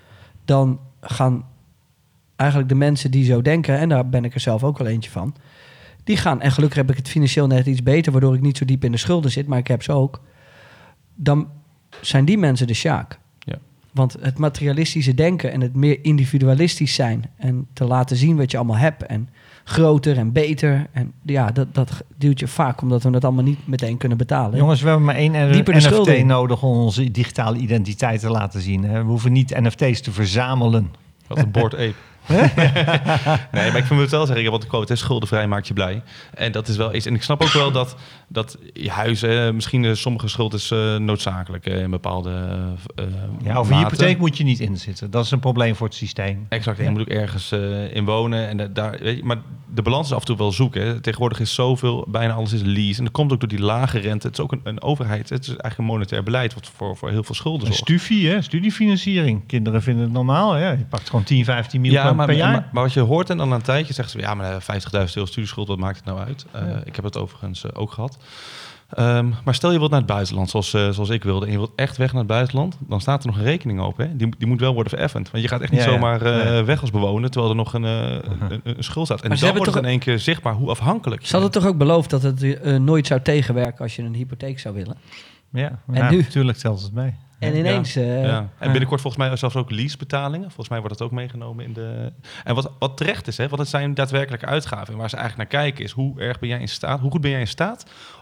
dan gaan eigenlijk de mensen die zo denken, en daar ben ik er zelf ook wel eentje van, die gaan, en gelukkig heb ik het financieel net iets beter, waardoor ik niet zo diep in de schulden zit, maar ik heb ze ook, dan zijn die mensen de sjaak. Ja. Want het materialistische denken en het meer individualistisch zijn en te laten zien wat je allemaal hebt en groter en beter. En dat duwt je vaak, omdat we dat allemaal niet meteen kunnen betalen. Jongens, we hebben maar één NFT nodig om onze digitale identiteit te laten zien. Hè? We hoeven niet NFT's te verzamelen. Wat een Bored Ape. Nee, maar ik moet het wel zeggen, want de quote is schuldenvrij maakt je blij. En dat is wel iets. En ik snap ook wel dat je huis, misschien sommige schuld is noodzakelijk in bepaalde over je hypotheek moet je niet inzitten. Dat is een probleem voor het systeem. Exact, en je moet ook ergens in wonen. En daar, weet je, maar de balans is af en toe wel zoeken. Hè. Tegenwoordig is zoveel, bijna alles is lease. En dat komt ook door die lage rente. Het is ook een overheid. Het is eigenlijk een monetair beleid wat voor heel veel schulden zorgt. Studiefinanciering. Kinderen vinden het normaal. Hè? Je pakt gewoon 10, 15 miljoen per jaar. Maar wat je hoort en dan na een tijdje zeggen ze, maar 50.000 euro studieschuld, wat maakt het nou uit? Ik heb het overigens ook gehad. Maar stel je wilt naar het buitenland, zoals ik wilde, en je wilt echt weg naar het buitenland, dan staat er nog een rekening open. Hè? Die moet wel worden vereffend. Want je gaat echt niet zomaar weg als bewoner, terwijl er nog een schuld staat. En dan wordt het in één keer zichtbaar hoe afhankelijk je Ze hadden toch ook beloofd dat het nooit zou tegenwerken als je een hypotheek zou willen? Ja, en nu? Natuurlijk telt het mee. En ineens... En binnenkort volgens mij zelfs ook leasebetalingen. Volgens mij wordt dat ook meegenomen in de... En wat terecht is, want het zijn daadwerkelijke uitgaven. En waar ze eigenlijk naar kijken is, hoe goed ben jij in staat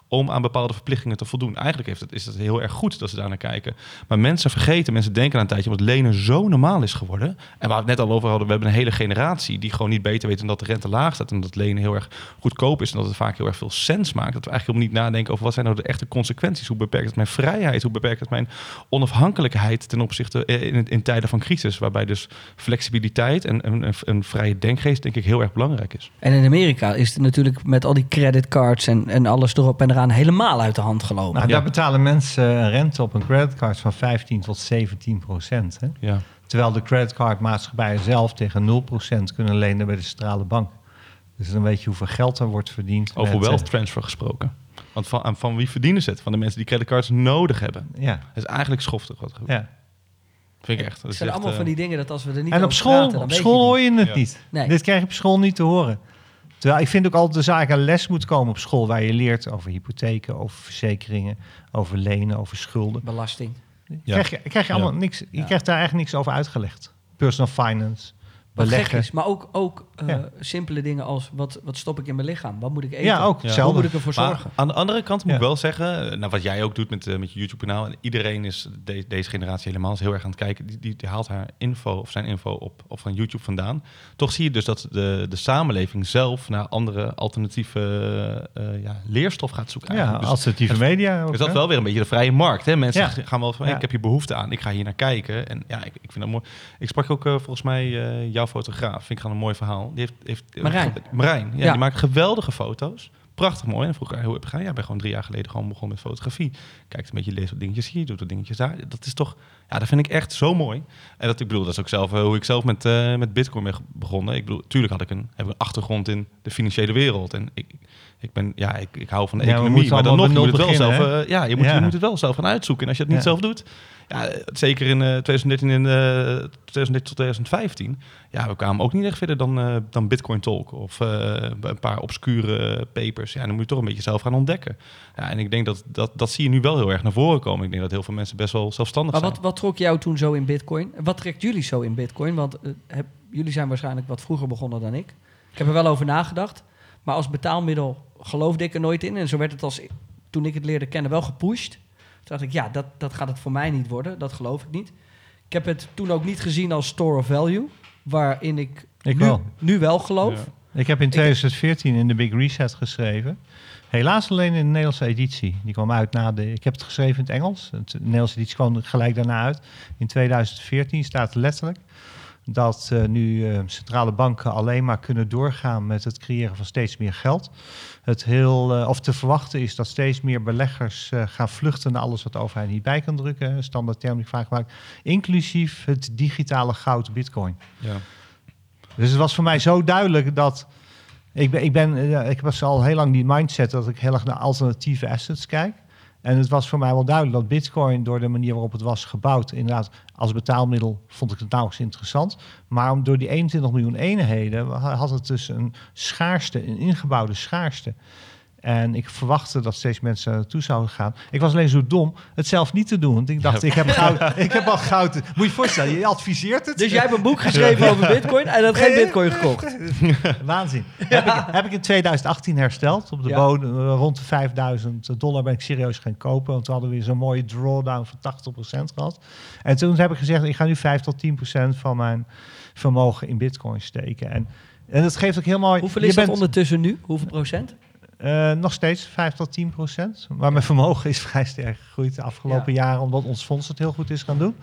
om aan bepaalde verplichtingen te voldoen. Eigenlijk is het heel erg goed dat ze daar naar kijken. Maar mensen denken aan een tijdje, omdat lenen zo normaal is geworden. En waar we het net al over hadden, we hebben een hele generatie die gewoon niet beter weten dat de rente laag staat en dat lenen heel erg goedkoop is en dat het vaak heel erg veel sens maakt. Dat we eigenlijk helemaal niet nadenken over wat zijn nou de echte consequenties. Hoe beperkt het mijn vrijheid? Hoe beperkt het mijn onafhankelijkheid ten opzichte in tijden van crisis, waarbij dus flexibiliteit en een vrije denkgeest denk ik heel erg belangrijk is. En in Amerika is het natuurlijk met al die creditcards en alles erop en eraan helemaal uit de hand gelopen. Nou, daar betalen mensen een rente op een creditcard van 15 tot 17%. Hè? Ja. Terwijl de creditcardmaatschappijen zelf tegen 0% kunnen lenen bij de centrale bank. Dus dan weet je hoeveel geld er wordt verdiend. Over wealth transfer gesproken. Want van wie verdienen ze het? Van de mensen die creditcards nodig hebben. Ja. Dat is eigenlijk schoftig wat er gebeurt. Ja. Vind ik echt. Het zijn allemaal van die dingen dat als we er niet en over praten, dan op school hoor je het niet. Nee. Dit krijg je op school niet te horen. Terwijl ik vind ook altijd de zaak een les moet komen op school waar je leert over hypotheken, over verzekeringen, over lenen, over schulden. Belasting. Ja. Krijg je allemaal niks. Je krijgt daar eigenlijk niks over uitgelegd. Personal finance, beleggen. Is, maar ook simpele dingen als wat stop ik in mijn lichaam? Wat moet ik eten? Ja, ook. Ja. Hoe moet ik ervoor zorgen? Maar aan de andere kant moet ik wel zeggen, wat jij ook doet met je YouTube-kanaal, en iedereen is deze generatie helemaal is heel erg aan het kijken. Die haalt haar info of zijn info op van YouTube vandaan. Toch zie je dus dat de samenleving zelf naar andere alternatieve leerstof gaat zoeken. Ja, dus alternatieve media. Ook, dus dat is wel weer een beetje de vrije markt. Hè? Mensen gaan wel van, ik heb hier behoefte aan, ik ga hier naar kijken. En ja, ik vind dat mooi. Ik sprak ook volgens mij jouw fotograaf. Vind ik gewoon een mooi verhaal. Die heeft Marijn. Ja, die maakt geweldige foto's. Prachtig mooi. En dan vroeg hij, hoe heb je gedaan? Ja, ik ben gewoon 3 jaar geleden gewoon begonnen met fotografie. Kijkt een beetje, leest wat dingetjes hier, doet wat dingetjes daar. Dat is toch, dat vind ik echt zo mooi. En dat is ook zelf hoe ik zelf met Bitcoin ben begonnen. Ik bedoel, tuurlijk heb ik een achtergrond in de financiële wereld. En ik hou van de economie. Maar dan nog, je moet het wel zelf gaan uitzoeken. En als je het niet zelf doet, zeker in 2013 en 2013 tot 2015, we kwamen ook niet echt verder dan Bitcoin Talk of een paar obscure papers. Ja, dan moet je toch een beetje zelf gaan ontdekken. Ja, en ik denk dat zie je nu wel heel erg naar voren komen. Ik denk dat heel veel mensen best wel zelfstandig zijn. Maar wat trok jou toen zo in Bitcoin? Wat trekt jullie zo in Bitcoin? Want jullie zijn waarschijnlijk wat vroeger begonnen dan ik. Ik heb er wel over nagedacht. Maar als betaalmiddel geloofde ik er nooit in. En zo werd het toen ik het leerde kennen wel gepusht. Toen dacht ik, dat gaat het voor mij niet worden. Dat geloof ik niet. Ik heb het toen ook niet gezien als store of value. Waarin ik nu wel geloof. Ja. Ik heb in 2014 in de Big Reset geschreven. Helaas alleen in de Nederlandse editie. Die kwam uit ik heb het geschreven in het Engels. De Nederlandse editie kwam gelijk daarna uit. In 2014 staat letterlijk dat nu centrale banken alleen maar kunnen doorgaan met het creëren van steeds meer geld. Of te verwachten is dat steeds meer beleggers gaan vluchten naar alles wat de overheid niet bij kan drukken. Standaard term die ik vaak gebruik. Inclusief het digitale goud Bitcoin. Ja. Dus het was voor mij zo duidelijk dat ik was al heel lang die mindset dat ik heel erg naar alternatieve assets kijk. En het was voor mij wel duidelijk dat Bitcoin, door de manier waarop het was gebouwd, inderdaad als betaalmiddel vond ik het nauwelijks interessant. Maar door die 21 miljoen eenheden had het dus een ingebouwde schaarste. En ik verwachtte dat steeds mensen naartoe zouden gaan. Ik was alleen zo dom het zelf niet te doen. Want ik dacht, ik heb al goud. Moet je je voorstellen, je adviseert het. Dus jij hebt een boek geschreven over Bitcoin en had geen Bitcoin gekocht. Waanzin. Heb ik in 2018 hersteld. Op de bodem, rond de $5.000 ben ik serieus gaan kopen. Want we hadden weer zo'n mooie drawdown van 80% gehad. En toen heb ik gezegd, ik ga nu 5 tot 10% van mijn vermogen in Bitcoin steken. En dat geeft ook heel mooi. Hoeveel is dat ondertussen nu? Hoeveel procent? Nog steeds 5 tot 10%. Maar mijn vermogen is vrij sterk gegroeid de afgelopen jaren, omdat ons fonds het heel goed is gaan doen.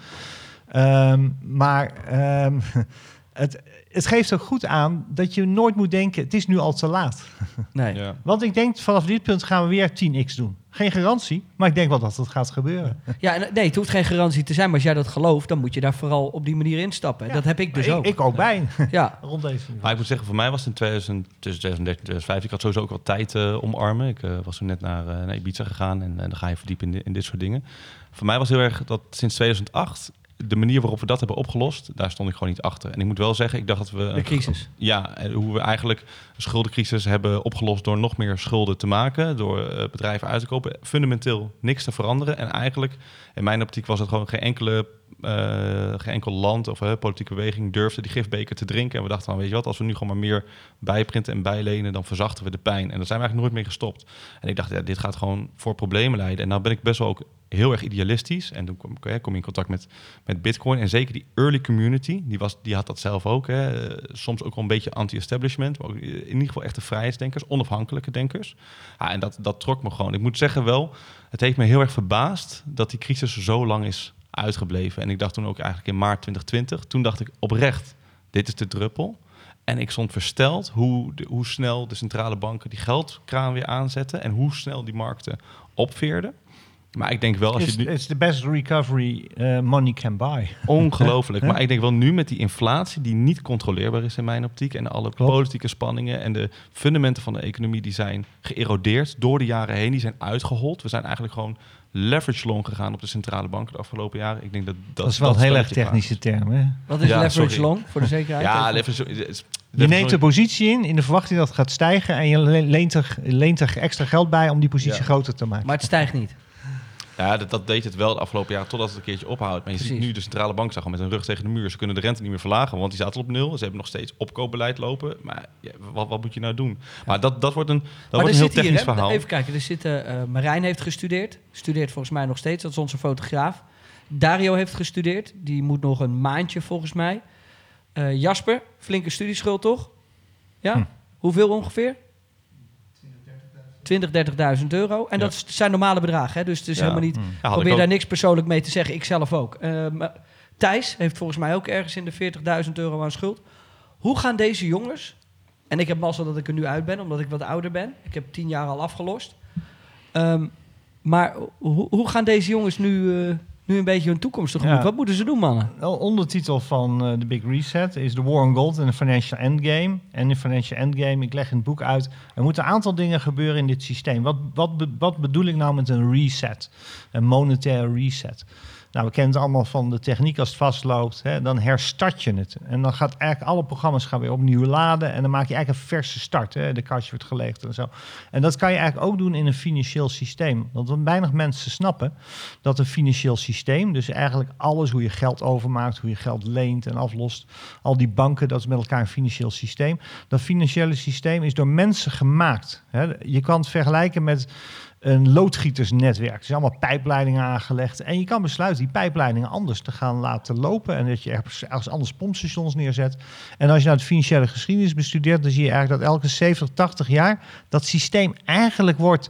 Het geeft ook goed aan dat je nooit moet denken, het is nu al te laat. Nee. Ja. Want ik denk, vanaf dit punt gaan we weer 10x doen. Geen garantie, maar ik denk wel dat het gaat gebeuren. Ja, het hoeft geen garantie te zijn, maar als jij dat gelooft, dan moet je daar vooral op die manier instappen. Ja. Dat heb ik dus ook. Ik ook bij. Ja. Rond deze niveau. Maar ik moet zeggen, voor mij was het tussen 2013 en 2015, ik had sowieso ook wat tijd omarmen. Ik was toen net naar Ibiza gegaan en dan ga je verdiepen in dit soort dingen. Voor mij was heel erg dat sinds 2008... de manier waarop we dat hebben opgelost, daar stond ik gewoon niet achter. En ik moet wel zeggen, ik dacht dat we... De crisis. Hoe we eigenlijk een schuldencrisis hebben opgelost door nog meer schulden te maken, door bedrijven uit te kopen, fundamenteel niks te veranderen. En eigenlijk, in mijn optiek was het gewoon geen enkele geen enkel land of politieke beweging durfde die gifbeker te drinken. En we dachten, weet je wat, als we nu gewoon maar meer bijprinten en bijlenen, dan verzachten we de pijn. En daar zijn we eigenlijk nooit mee gestopt. En ik dacht, dit gaat gewoon voor problemen leiden. En nou ben ik best wel ook heel erg idealistisch. En toen kom je in contact met Bitcoin. En zeker die early community, die had dat zelf ook. Soms ook wel een beetje anti-establishment. Maar ook in ieder geval echte vrijheidsdenkers, onafhankelijke denkers. En dat trok me gewoon. Ik moet zeggen wel, het heeft me heel erg verbaasd dat die crisis zo lang is uitgebleven. En ik dacht toen ook eigenlijk in maart 2020... toen dacht ik oprecht, dit is de druppel. En ik stond versteld hoe snel de centrale banken die geldkraan weer aanzetten... en hoe snel die markten opveerden. Maar ik denk wel... als je nu... It's the best recovery money can buy. Ongelooflijk. Maar ik denk wel nu met die inflatie die niet controleerbaar is in mijn optiek... en alle politieke spanningen en de fundamenten van de economie... die zijn geërodeerd door de jaren heen, die zijn uitgehold. We zijn eigenlijk gewoon leverage long gegaan op de centrale banken de afgelopen jaren. Ik denk dat is wel een heel erg technische term, hè? Wat is leverage long, voor de zekerheid? Ja, leverage... Je neemt een positie in de verwachting dat het gaat stijgen... en je leent er extra geld bij om die positie groter te maken. Maar het stijgt niet. Ja, dat deed het wel de afgelopen jaar, totdat het een keertje ophoudt. Maar je ziet nu de centrale bank met een rug tegen de muur. Ze kunnen de rente niet meer verlagen, want die zaten op 0. Ze hebben nog steeds opkoopbeleid lopen. Maar wat moet je nou doen? Maar dat wordt een heel technisch verhaal. Even kijken, er zitten... Marijn heeft gestudeerd. Studeert volgens mij nog steeds, dat is onze fotograaf. Dario heeft gestudeerd. Die moet nog een maandje volgens mij. Jasper, flinke studieschuld toch? Ja? Hoeveel ongeveer? 20.000, 30.000 euro. En dat zijn normale bedragen. Hè? Dus het is helemaal niet... probeer daar niks persoonlijk mee te zeggen. Ik zelf ook. Thijs heeft volgens mij ook ergens in de 40.000 euro aan schuld. Hoe gaan deze jongens... En ik heb mazzel dat ik er nu uit ben, omdat ik wat ouder ben. Ik heb 10 jaar al afgelost. Maar hoe gaan deze jongens nu een beetje hun toekomst tegemoet? Wat moeten ze doen, mannen? Ondertitel van de Big Reset is The War on Gold and the Financial Endgame. En de Financial Endgame, ik leg in het boek uit... er moeten een aantal dingen gebeuren in dit systeem. Wat bedoel ik nou met een reset? Een monetaire reset. Nou, we kennen het allemaal van de techniek als het vastloopt. Dan herstart je het. En dan gaat eigenlijk alle programma's weer opnieuw laden. En dan maak je eigenlijk een verse start. De kastje wordt gelegd en zo. En dat kan je eigenlijk ook doen in een financieel systeem. Want weinig mensen snappen dat een financieel systeem... dus eigenlijk alles, hoe je geld overmaakt, hoe je geld leent en aflost... al die banken, dat is met elkaar een financieel systeem. Dat financiële systeem is door mensen gemaakt. Je kan het vergelijken met... een loodgietersnetwerk. Er zijn allemaal pijpleidingen aangelegd. En je kan besluiten die pijpleidingen anders te gaan laten lopen. En dat je ergens anders pompstations neerzet. En als je nou de financiële geschiedenis bestudeert... dan zie je eigenlijk dat elke 70, 80 jaar... dat systeem eigenlijk wordt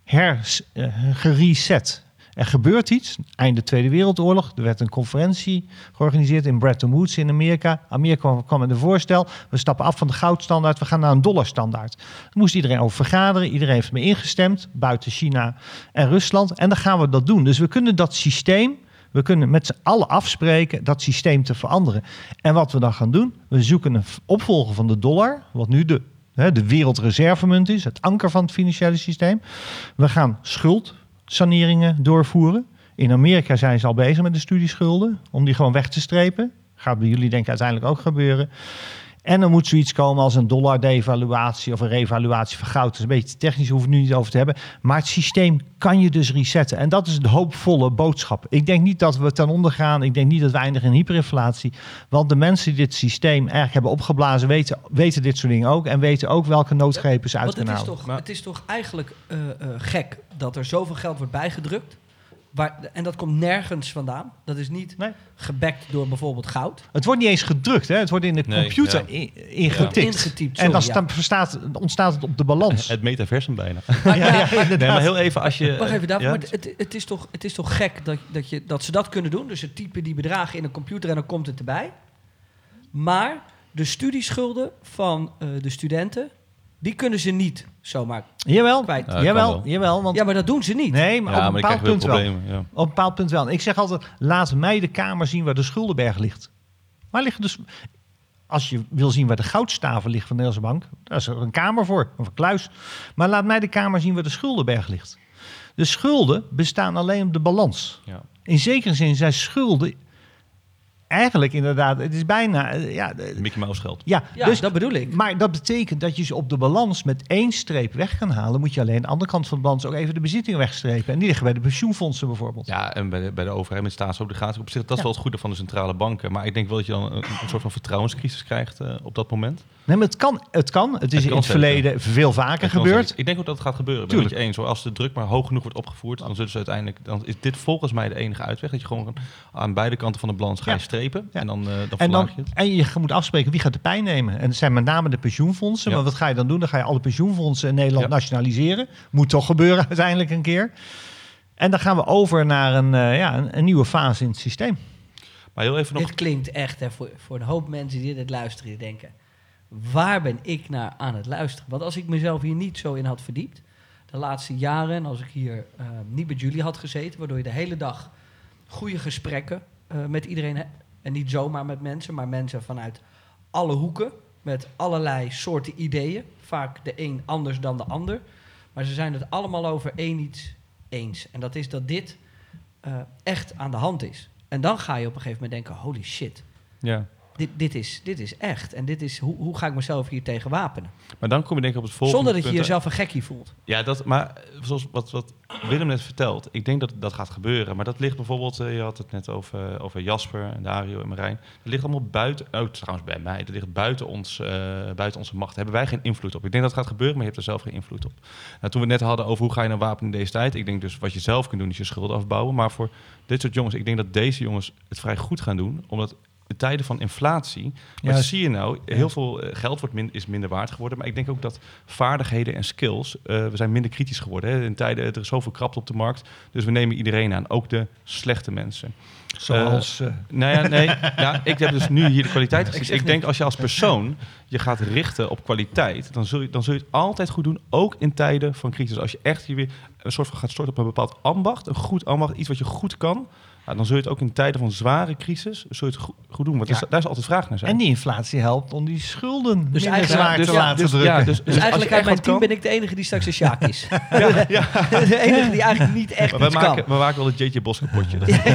gereset. Er gebeurt iets. Einde Tweede Wereldoorlog. Er werd een conferentie georganiseerd in Bretton Woods in Amerika. Amerika kwam met een voorstel. We stappen af van de goudstandaard. We gaan naar een dollarstandaard. Daar moest iedereen over vergaderen. Iedereen heeft mee ingestemd. Buiten China en Rusland. En dan gaan we dat doen. Dus we kunnen dat systeem... we kunnen met z'n allen afspreken dat systeem te veranderen. En wat we dan gaan doen... we zoeken een opvolger van de dollar. Wat nu de wereldreservemunt is. Het anker van het financiële systeem. We gaan schuldsaneringen doorvoeren. In Amerika zijn ze al bezig met de studieschulden. Om die gewoon weg te strepen. Gaat bij jullie denk ik uiteindelijk ook gebeuren. En er moet zoiets komen als een dollar-devaluatie of een revaluatie van goud. Dat is een beetje technisch, daar hoeven we het nu niet over te hebben. Maar het systeem kan je dus resetten. En dat is de hoopvolle boodschap. Ik denk niet dat we ten onder gaan. Ik denk niet dat we eindigen in hyperinflatie. Want de mensen die dit systeem eigenlijk hebben opgeblazen... weten dit soort dingen ook. En weten ook welke noodgrepen ze uit kunnen halen. Het is toch eigenlijk gek dat er zoveel geld wordt bijgedrukt... en dat komt nergens vandaan. Dat is niet gebackt door bijvoorbeeld goud. Het wordt niet eens gedrukt. Hè? Het wordt in de computer ingetikt. En dan ontstaat het op de balans. Het metaversum bijna. Maar heel even als je... Wacht even, David, maar het is toch gek dat ze dat kunnen doen? Dus ze typen die bedragen in een computer en dan komt het erbij. Maar de studieschulden van de studenten... die kunnen ze niet zomaar kwijt. Jawel. Want... Ja, maar dat doen ze niet. Nee, maar op een bepaald punt wel. Ja. Op een bepaald punt wel. Ik zeg altijd, laat mij de kamer zien waar de schuldenberg ligt. Waar liggen dus... Als je wil zien waar de goudstaven ligt van de Nederlandse Bank... daar is er een kamer voor, of een kluis. Maar laat mij de kamer zien waar de schuldenberg ligt. De schulden bestaan alleen op de balans. Ja. In zekere zin zijn schulden... eigenlijk inderdaad, het is bijna... Mickey Mouse geld. Ja, dus, dat bedoel ik. Maar dat betekent dat je ze op de balans met 1 streep weg kan halen. Moet je alleen aan de andere kant van de balans ook even de bezittingen wegstrepen. En die liggen bij de pensioenfondsen bijvoorbeeld. Ja, en bij de overheid met staatsobligaties. Op zich, dat is wel het goede van de centrale banken. Maar ik denk wel dat je dan een soort van vertrouwenscrisis krijgt op dat moment. Nee, maar het kan. Het is in het verleden veel vaker gebeurd. Ik denk ook dat het gaat gebeuren. Ik ben het met je eens. Als de druk maar hoog genoeg wordt opgevoerd, dan zullen ze uiteindelijk... Dan is dit volgens mij de enige uitweg. Dat je gewoon aan beide kanten van de balans ga je strepen. Ja. En dan verlaag je het. En je moet afspreken wie gaat de pijn nemen. En dat zijn met name de pensioenfondsen. Ja. Maar wat ga je dan doen? Dan ga je alle pensioenfondsen in Nederland nationaliseren. Moet toch gebeuren uiteindelijk een keer. En dan gaan we over naar een nieuwe fase in het systeem. Maar heel even nog... Dit klinkt echt, voor een hoop mensen die dit luisteren, die denken... Waar ben ik naar aan het luisteren? Want als ik mezelf hier niet zo in had verdiept... de laatste jaren, en als ik hier niet met jullie had gezeten... waardoor je de hele dag goede gesprekken met iedereen hebt... en niet zomaar met mensen, maar mensen vanuit alle hoeken... met allerlei soorten ideeën. Vaak de een anders dan de ander. Maar ze zijn het allemaal over één iets eens. En dat is dat dit echt aan de hand is. En dan ga je op een gegeven moment denken... holy shit, dit is echt. En dit is hoe ga ik mezelf hier tegen wapenen? Maar dan kom je denk ik op het volgende zonder dat je jezelf een gekkie voelt. Ja, maar zoals wat Willem net vertelt... ik denk dat dat gaat gebeuren. Maar dat ligt bijvoorbeeld... je had het net over Jasper en Dario en Marijn. Dat ligt allemaal buiten... trouwens bij mij. Dat ligt buiten onze macht. Daar hebben wij geen invloed op. Ik denk dat het gaat gebeuren, maar je hebt er zelf geen invloed op. Nou, toen we het net hadden over hoe ga je nou wapenen in deze tijd... ik denk dus wat je zelf kunt doen is je schulden afbouwen. Maar voor dit soort jongens... ik denk dat deze jongens het vrij goed gaan doen... omdat in tijden van inflatie, wat zie je nou? Heel veel geld is minder waard geworden. Maar ik denk ook dat vaardigheden en skills... we zijn minder kritisch geworden. Hè. In tijden, er is zoveel krapte op de markt. Dus we nemen iedereen aan. Ook de slechte mensen. Zoals... ik heb dus nu hier de kwaliteit gezien. Ik denk als je als persoon je gaat richten op kwaliteit... dan zul je het altijd goed doen. Ook in tijden van crisis. Als je echt je weer een soort van gaat storten op een bepaald ambacht... een goed ambacht, iets wat je goed kan... dan zul je het ook in tijden van zware crisis zul je het goed doen. Want daar is altijd vraag naar zijn. En die inflatie helpt om die schulden minder zwaar te laten drukken. Dus eigenlijk uit mijn team ben ik de enige die straks een Sjaak is. De enige die eigenlijk niet echt iets kan. We maken wel het J.J. Bos kapotje.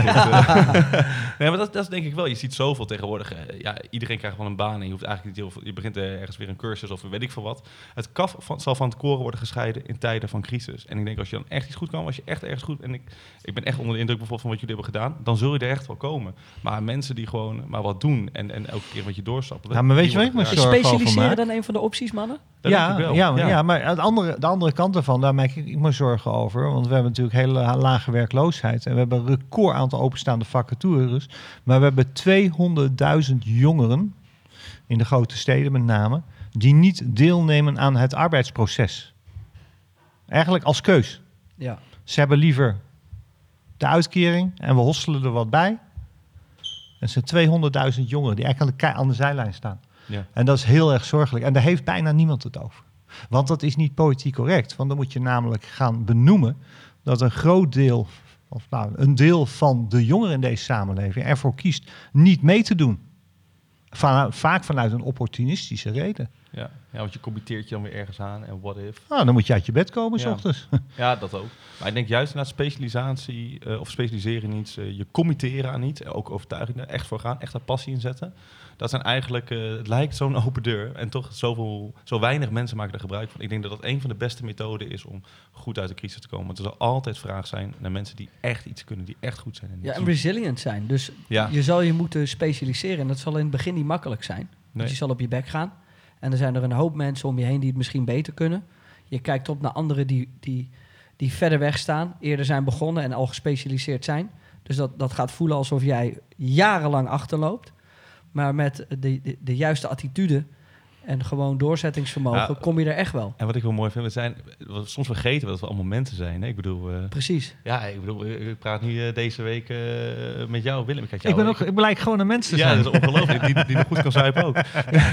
Nee, maar dat is denk ik wel. Je ziet zoveel tegenwoordig. Iedereen krijgt wel een baan. En je hoeft eigenlijk niet je begint ergens weer een cursus of weet ik veel wat. Het kaf zal van het koren worden gescheiden in tijden van crisis. En ik denk als je dan echt iets goed kan, als je echt ergens goed... en ik ben echt onder de indruk bijvoorbeeld van wat jullie hebben gedaan... dan zul je er echt wel komen. Maar mensen die gewoon maar wat doen en elke keer wat je doorstappen... Ja, maar weet je wat ik me zorgen over maak? Specialiseren dan een van de opties, mannen? Ja, maar de andere kant ervan, daar maak ik me zorgen over. Want we hebben natuurlijk hele lage werkloosheid. En we hebben een record aantal openstaande vacatures. Maar we hebben 200.000 jongeren, in de grote steden met name... die niet deelnemen aan het arbeidsproces. Eigenlijk als keus. Ja. Ze hebben liever de uitkering en we hosselen er wat bij. En het zijn 200.000 jongeren die eigenlijk aan de zijlijn staan. Ja. En dat is heel erg zorgelijk. En daar heeft bijna niemand het over. Want dat is niet politiek correct. Want dan moet je namelijk gaan benoemen dat een groot deel, een deel van de jongeren in deze samenleving ervoor kiest niet mee te doen. Vaak vanuit een opportunistische reden. Ja, want je committeert je dan weer ergens aan en what if. Dan moet je uit je bed komen 's ochtends. Ja, dat ook. Maar ik denk juist naar specialisatie of specialiseren in iets, je committeren aan iets, ook overtuiging er echt voor gaan, echt daar passie in zetten. Dat zijn eigenlijk, het lijkt zo'n open deur en toch zo weinig mensen maken er gebruik van. Ik denk dat dat een van de beste methoden is om goed uit de crisis te komen. Want er zal altijd vraag zijn naar mensen die echt iets kunnen, die echt goed zijn. En resilient zijn. Dus je zal je moeten specialiseren en dat zal in het begin niet makkelijk zijn. Want je zal op je bek gaan. En er zijn er een hoop mensen om je heen die het misschien beter kunnen. Je kijkt op naar anderen die verder weg staan, eerder zijn begonnen en al gespecialiseerd zijn. Dus dat gaat voelen alsof jij jarenlang achterloopt. Maar met de juiste attitude en gewoon doorzettingsvermogen kom je er echt wel. En wat ik wel mooi vind, soms vergeten we dat we allemaal mensen zijn. Hè? Ik bedoel... Precies. Ja, ik praat nu deze week met jou, Willem. Ik blijk gewoon een mens te zijn. Ja, dat is ongelooflijk. die nog goed kan zuipen ook.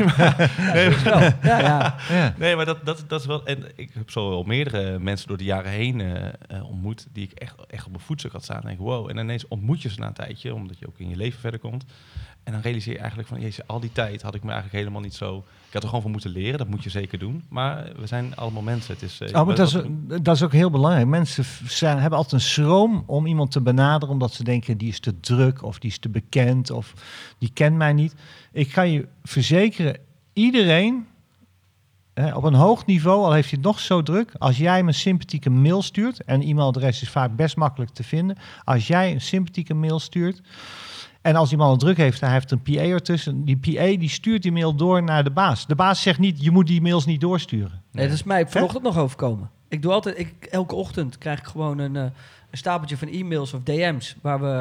Nee, maar dat is wel... En ik heb zo al meerdere mensen door de jaren heen ontmoet... die ik echt op mijn voetstuk had staan. En denk wow. En ineens ontmoet je ze na een tijdje... omdat je ook in je leven verder komt... En dan realiseer je eigenlijk van, jezus, al die tijd had ik me eigenlijk helemaal niet zo... Ik er gewoon van moeten leren. Dat moet je zeker doen. Maar we zijn allemaal mensen. Het is, maar dat is ook heel belangrijk. Mensen hebben altijd een schroom om iemand te benaderen, omdat ze denken, die is te druk of die is te bekend of die kent mij niet. Ik ga je verzekeren, iedereen op een hoog niveau, al heeft hij het nog zo druk, als jij hem een sympathieke mail stuurt, en e-mailadres is vaak best makkelijk te vinden, als jij een sympathieke mail stuurt, en als iemand het druk heeft, hij heeft een PA ertussen, die PA die stuurt die mail door naar de baas. De baas zegt niet, je moet die mails niet doorsturen. Nee, dat is mij vanochtend nog overkomen. Ik doe altijd, elke ochtend krijg ik gewoon een stapeltje van e-mails of DM's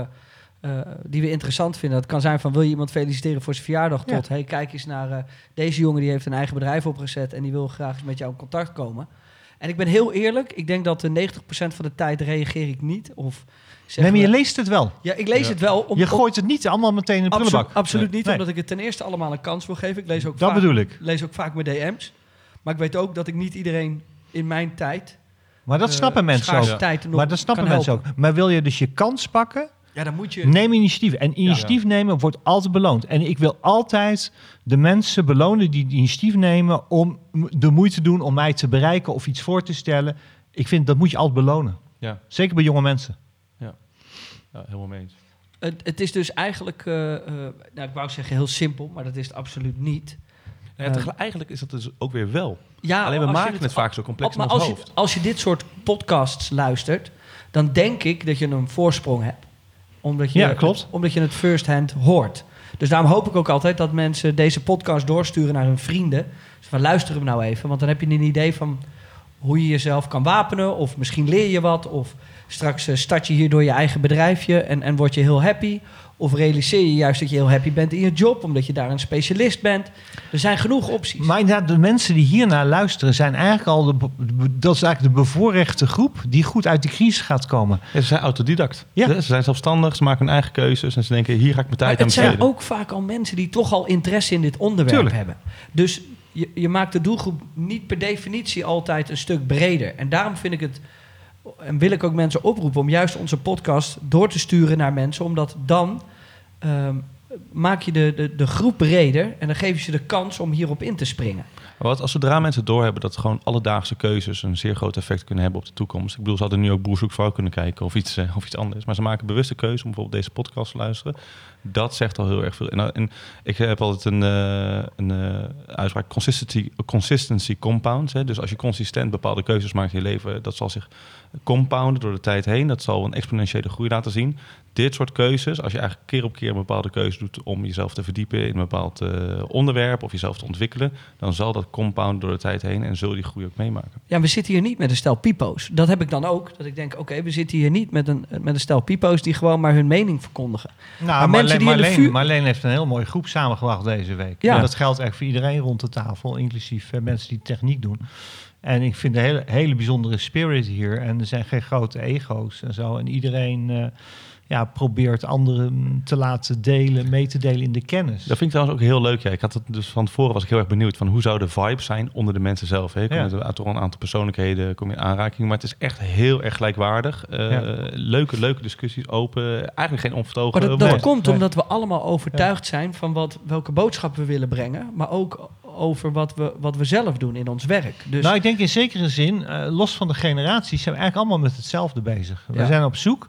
die we interessant vinden. Dat kan zijn van, wil je iemand feliciteren voor zijn verjaardag, tot hey, kijk eens naar deze jongen, die heeft een eigen bedrijf opgezet en die wil graag eens met jou in contact komen. En ik ben heel eerlijk, ik denk dat 90% van de tijd reageer ik niet. Nee, maar je leest het wel. Ja, ik lees het wel. Je gooit het niet allemaal meteen in de prullenbak. Absoluut niet, omdat ik het ten eerste allemaal een kans wil geven. Ik lees ook lees ook vaak mijn DM's. Maar ik weet ook dat ik niet iedereen in mijn tijd... Maar dat snappen mensen ook. Maar dat snappen mensen ook. Maar wil je dus je kans pakken... Ja, dan moet je... Neem initiatief. En initiatief nemen wordt altijd beloond. En ik wil altijd de mensen belonen die initiatief nemen om de moeite te doen om mij te bereiken of iets voor te stellen. Ik vind, dat moet je altijd belonen. Ja. Zeker bij jonge mensen. Ja, helemaal mee eens. Het is dus eigenlijk, ik wou zeggen heel simpel, maar dat is het absoluut niet. Eigenlijk is dat dus ook weer wel. Ja, alleen we maken het vaak zo complex in ons hoofd. Als je dit soort podcasts luistert, dan denk ik dat je een voorsprong hebt. Omdat je het first hand hoort. Dus daarom hoop ik ook altijd dat mensen deze podcast doorsturen naar hun vrienden. Dus van, luister hem nou even, want dan heb je een idee van hoe je jezelf kan wapenen. Of misschien leer je wat, of straks start je hierdoor je eigen bedrijfje en word je heel happy. Of realiseer je juist dat je heel happy bent in je job, omdat je daar een specialist bent. Er zijn genoeg opties. Maar inderdaad, de mensen die hiernaar luisteren zijn eigenlijk al dat is eigenlijk de bevoorrechte groep die goed uit de crisis gaat komen. Ja, ze zijn autodidact. Ja. Ze zijn zelfstandig, ze maken hun eigen keuzes en ze denken, hier ga ik mijn tijd aan besteden. Het zijn ook vaak al mensen die toch al interesse in dit onderwerp hebben. Dus je maakt de doelgroep niet per definitie altijd een stuk breder. En daarom vind ik het... En wil ik ook mensen oproepen om juist onze podcast door te sturen naar mensen. Omdat dan maak je de groep breder en dan geef je ze de kans om hierop in te springen. Maar zodra mensen doorhebben dat gewoon alledaagse keuzes een zeer groot effect kunnen hebben op de toekomst. Ik bedoel, ze hadden nu ook Boer zoekt vrouw kunnen kijken of iets anders. Maar ze maken bewuste keuze om bijvoorbeeld deze podcast te luisteren. Dat zegt al heel erg veel. En ik heb altijd een uitspraak, consistency compounds. Hè. Dus als je consistent bepaalde keuzes maakt in je leven, dat zal zich compounden door de tijd heen. Dat zal een exponentiële groei laten zien. Dit soort keuzes, als je eigenlijk keer op keer een bepaalde keuze doet om jezelf te verdiepen in een bepaald onderwerp of jezelf te ontwikkelen, dan zal dat compounden door de tijd heen en zul je die groei ook meemaken. Ja, we zitten hier niet met een stel pipo's. Dat heb ik dan ook. Dat ik denk, oké, we zitten hier niet met een stel pipo's die gewoon maar hun mening verkondigen. Nou, Marleen heeft een heel mooie groep samengebracht deze week. Ja. En dat geldt echt voor iedereen rond de tafel, inclusief mensen die techniek doen. En ik vind een hele bijzondere spirit hier. En er zijn geen grote ego's en zo. En iedereen probeert anderen te laten mee te delen in de kennis. Dat vind ik trouwens ook heel leuk. Ja. Ik had het dus van tevoren was ik heel erg benieuwd van hoe zou de vibe zijn onder de mensen zelf. Hè? Toch een aantal persoonlijkheden kom je in aanraking, maar het is echt heel erg gelijkwaardig. Leuke discussies, open, eigenlijk geen onvertogen woord. Dat komt omdat we allemaal overtuigd zijn van welke boodschap we willen brengen, maar ook over wat we zelf doen in ons werk. Dus ik denk in zekere zin, los van de generaties, zijn we eigenlijk allemaal met hetzelfde bezig. We zijn op zoek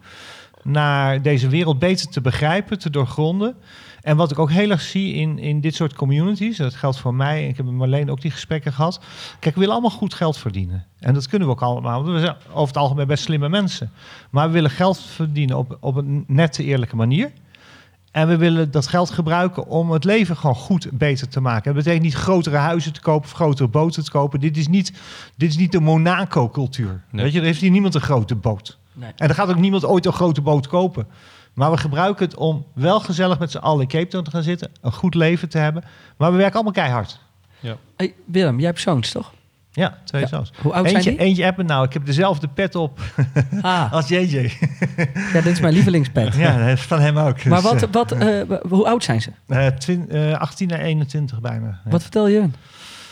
naar deze wereld beter te begrijpen, te doorgronden. En wat ik ook heel erg zie in dit soort communities, dat geldt voor mij, en ik heb met Marleen ook die gesprekken gehad. Kijk, we willen allemaal goed geld verdienen. En dat kunnen we ook allemaal, want we zijn over het algemeen best slimme mensen. Maar we willen geld verdienen op een nette, eerlijke manier. En we willen dat geld gebruiken om het leven gewoon goed, beter te maken. Dat betekent niet grotere huizen te kopen of grotere boten te kopen. Dit is niet de Monaco-cultuur. Nee. Weet je, er heeft hier niemand een grote boot. Nee. En er gaat ook niemand ooit een grote boot kopen. Maar we gebruiken het om wel gezellig met z'n allen in Cape Town te gaan zitten. Een goed leven te hebben. Maar we werken allemaal keihard. Ja. Hey, Willem, jij hebt zoons, toch? Ja, 2 zoons. Hoe oud zijn die? Eentje appen nou. Ik heb dezelfde pet op als JJ. Ja, dit is mijn lievelingspet. Ja, dat is van hem ook. Maar hoe oud zijn ze? 18 en 21 bijna. Wat vertel je hun?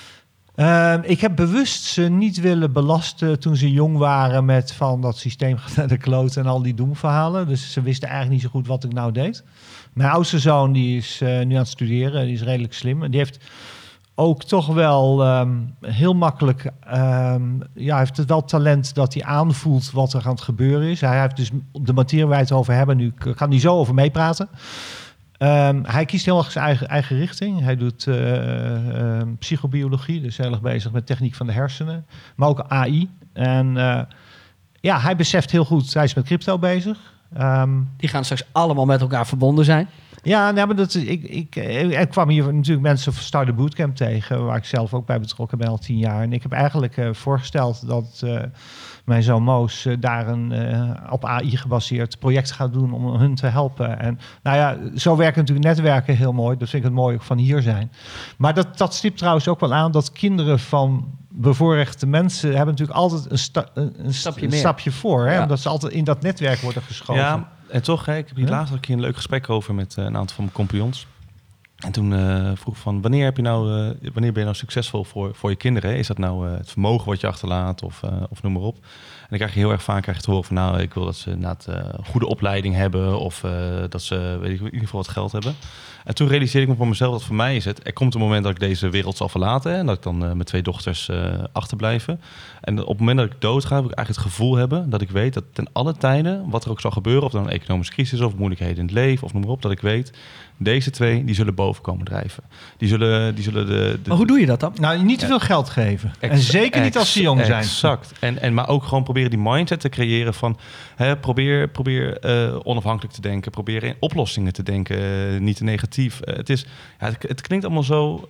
Ik heb bewust ze niet willen belasten toen ze jong waren met van dat systeem gaat naar de kloot en al die doemverhalen. Dus ze wisten eigenlijk niet zo goed wat ik nou deed. Mijn oudste zoon die is nu aan het studeren, die is redelijk slim. En die heeft ook toch wel heel makkelijk... hij heeft het wel talent dat hij aanvoelt wat er aan het gebeuren is. Hij heeft dus de materie waar we het over hebben nu... kan hij zo over meepraten. Hij kiest heel erg zijn eigen richting. Hij doet psychobiologie, dus heel erg bezig met techniek van de hersenen. Maar ook AI. En hij beseft heel goed, hij is met crypto bezig. Die gaan straks allemaal met elkaar verbonden zijn. Ja, maar ik kwam hier natuurlijk mensen van Startup Bootcamp tegen, waar ik zelf ook bij betrokken ben al 10 jaar. En ik heb eigenlijk voorgesteld dat mijn zoon Moos daar een op AI gebaseerd project gaat doen om hun te helpen. En zo werken natuurlijk netwerken heel mooi. Dat vind ik het mooi ook van hier zijn. Maar dat stipt trouwens ook wel aan dat kinderen van bevoorrechte mensen hebben natuurlijk altijd een stapje voor. Hè? Omdat ze altijd in dat netwerk worden geschoven. Ja, en toch, ik heb hier laatst een keer een leuk gesprek over met een aantal van mijn compagnons. En toen vroeg van, wanneer ben je nou succesvol voor je kinderen? Is dat nou het vermogen wat je achterlaat of noem maar op? En dan krijg je heel erg vaak te horen van, ik wil dat ze inderdaad een goede opleiding hebben of dat ze in ieder geval wat geld hebben. En toen realiseerde ik me voor mezelf dat voor mij is het... Er komt een moment dat ik deze wereld zal verlaten en dat ik dan met 2 dochters achterblijven. En op het moment dat ik doodga, wil ik eigenlijk het gevoel hebben dat ik weet dat ten alle tijden, wat er ook zal gebeuren, of dan een economische crisis of moeilijkheden in het leven of noem maar op, dat ik weet, deze 2 die zullen boven komen drijven. Die zullen Maar hoe doe je dat dan? Nou, niet te veel geld geven. En zeker niet als ze jong zijn. Exact. Maar ook gewoon proberen die mindset te creëren van... probeer onafhankelijk te denken. Probeer in oplossingen te denken. Niet te negatief. Het klinkt allemaal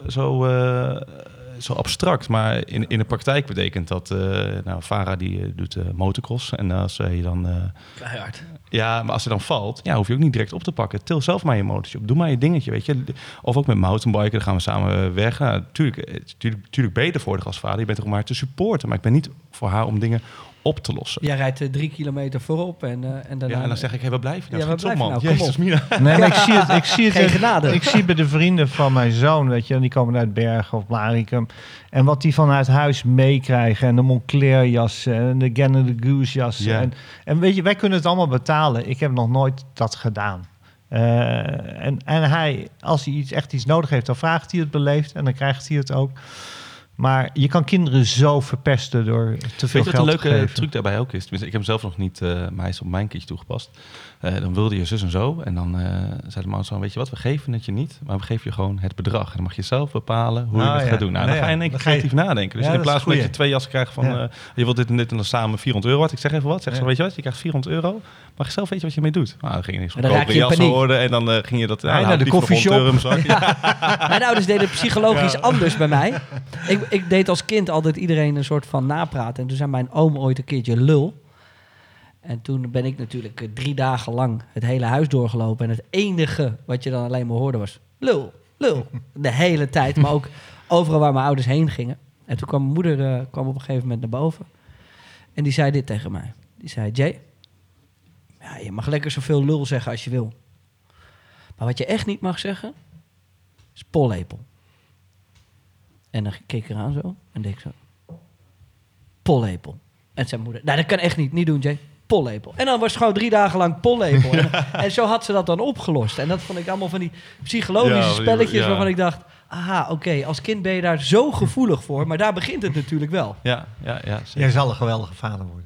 zo abstract. Maar in de praktijk betekent dat... Farah die doet motocross. En als je dan... Keihard. Ja, maar als ze dan valt, hoef je ook niet direct op te pakken. Til zelf maar je motortje op. Doe maar je dingetje, weet je. Of ook met mountainbiken, dan gaan we samen weg. Natuurlijk beter voor de gastvader. Je bent er om haar te supporten. Maar ik ben niet voor haar om dingen op te lossen. Jij rijdt 3 kilometer voorop en daarna... Ja, en dan zeg ik, wat blijf je nou? Ja, Schiet op, man. Nou, Jezus, Mina. Nee, maar ik zie het Geen genade. Ik zie bij de vrienden van mijn zoon, weet je, en die komen uit Bergen of Blaricum. En wat die vanuit huis meekrijgen. En de Moncler jassen en de Gannon de Goose jassen. Ja. En weet je, wij kunnen het allemaal betalen. Ik heb nog nooit dat gedaan. En hij, als hij echt iets nodig heeft, dan vraagt hij het beleefd en dan krijgt hij het ook. Maar je kan kinderen zo verpesten door te veel geld te geven. Weet je wat een leuke truc daarbij ook is? Tenminste, ik heb hem zelf nog niet, maar hij is op mijn kindje toegepast. Dan wilde je zus en zo. En dan zei de man zo, weet je wat, we geven het je niet, maar we geven je gewoon het bedrag. En dan mag je zelf bepalen hoe je het gaat doen. Nou, dan ga je in één keer creatief nadenken. Dus in plaats van dat je 2 jassen krijgt van, je wilt dit en dit en dan samen €400. Ik zeg even wat. Zeg zo, weet je wat, je krijgt €400. Mag je zelf weten wat je mee doet? Nou, dan ging je niks goedkoper jassen worden. En dan ging je dat... naar de koffieshop. Mijn ouders deden psychologisch anders bij mij. Ik deed als kind altijd iedereen een soort van napraten. En toen zei mijn oom ooit een keertje lul. En toen ben ik natuurlijk 3 dagen lang het hele huis doorgelopen. En het enige wat je dan alleen maar hoorde was lul, lul. De hele tijd, maar ook overal waar mijn ouders heen gingen. En toen kwam mijn moeder op een gegeven moment naar boven. En die zei dit tegen mij. Die zei, Jay, ja, je mag lekker zoveel lul zeggen als je wil. Maar wat je echt niet mag zeggen, is pollepel. En dan keek ik eraan zo en deed ik zo. Pollepel. En zijn moeder, nou dat kan echt niet doen Jay. Pollepel. En dan was het gewoon 3 dagen lang pollepel. En zo had ze dat dan opgelost. En dat vond ik allemaal van die psychologische spelletjes waarvan ik dacht, aha, oké, als kind ben je daar zo gevoelig voor, maar daar begint het natuurlijk wel. Ja, jij zal een geweldige vader worden.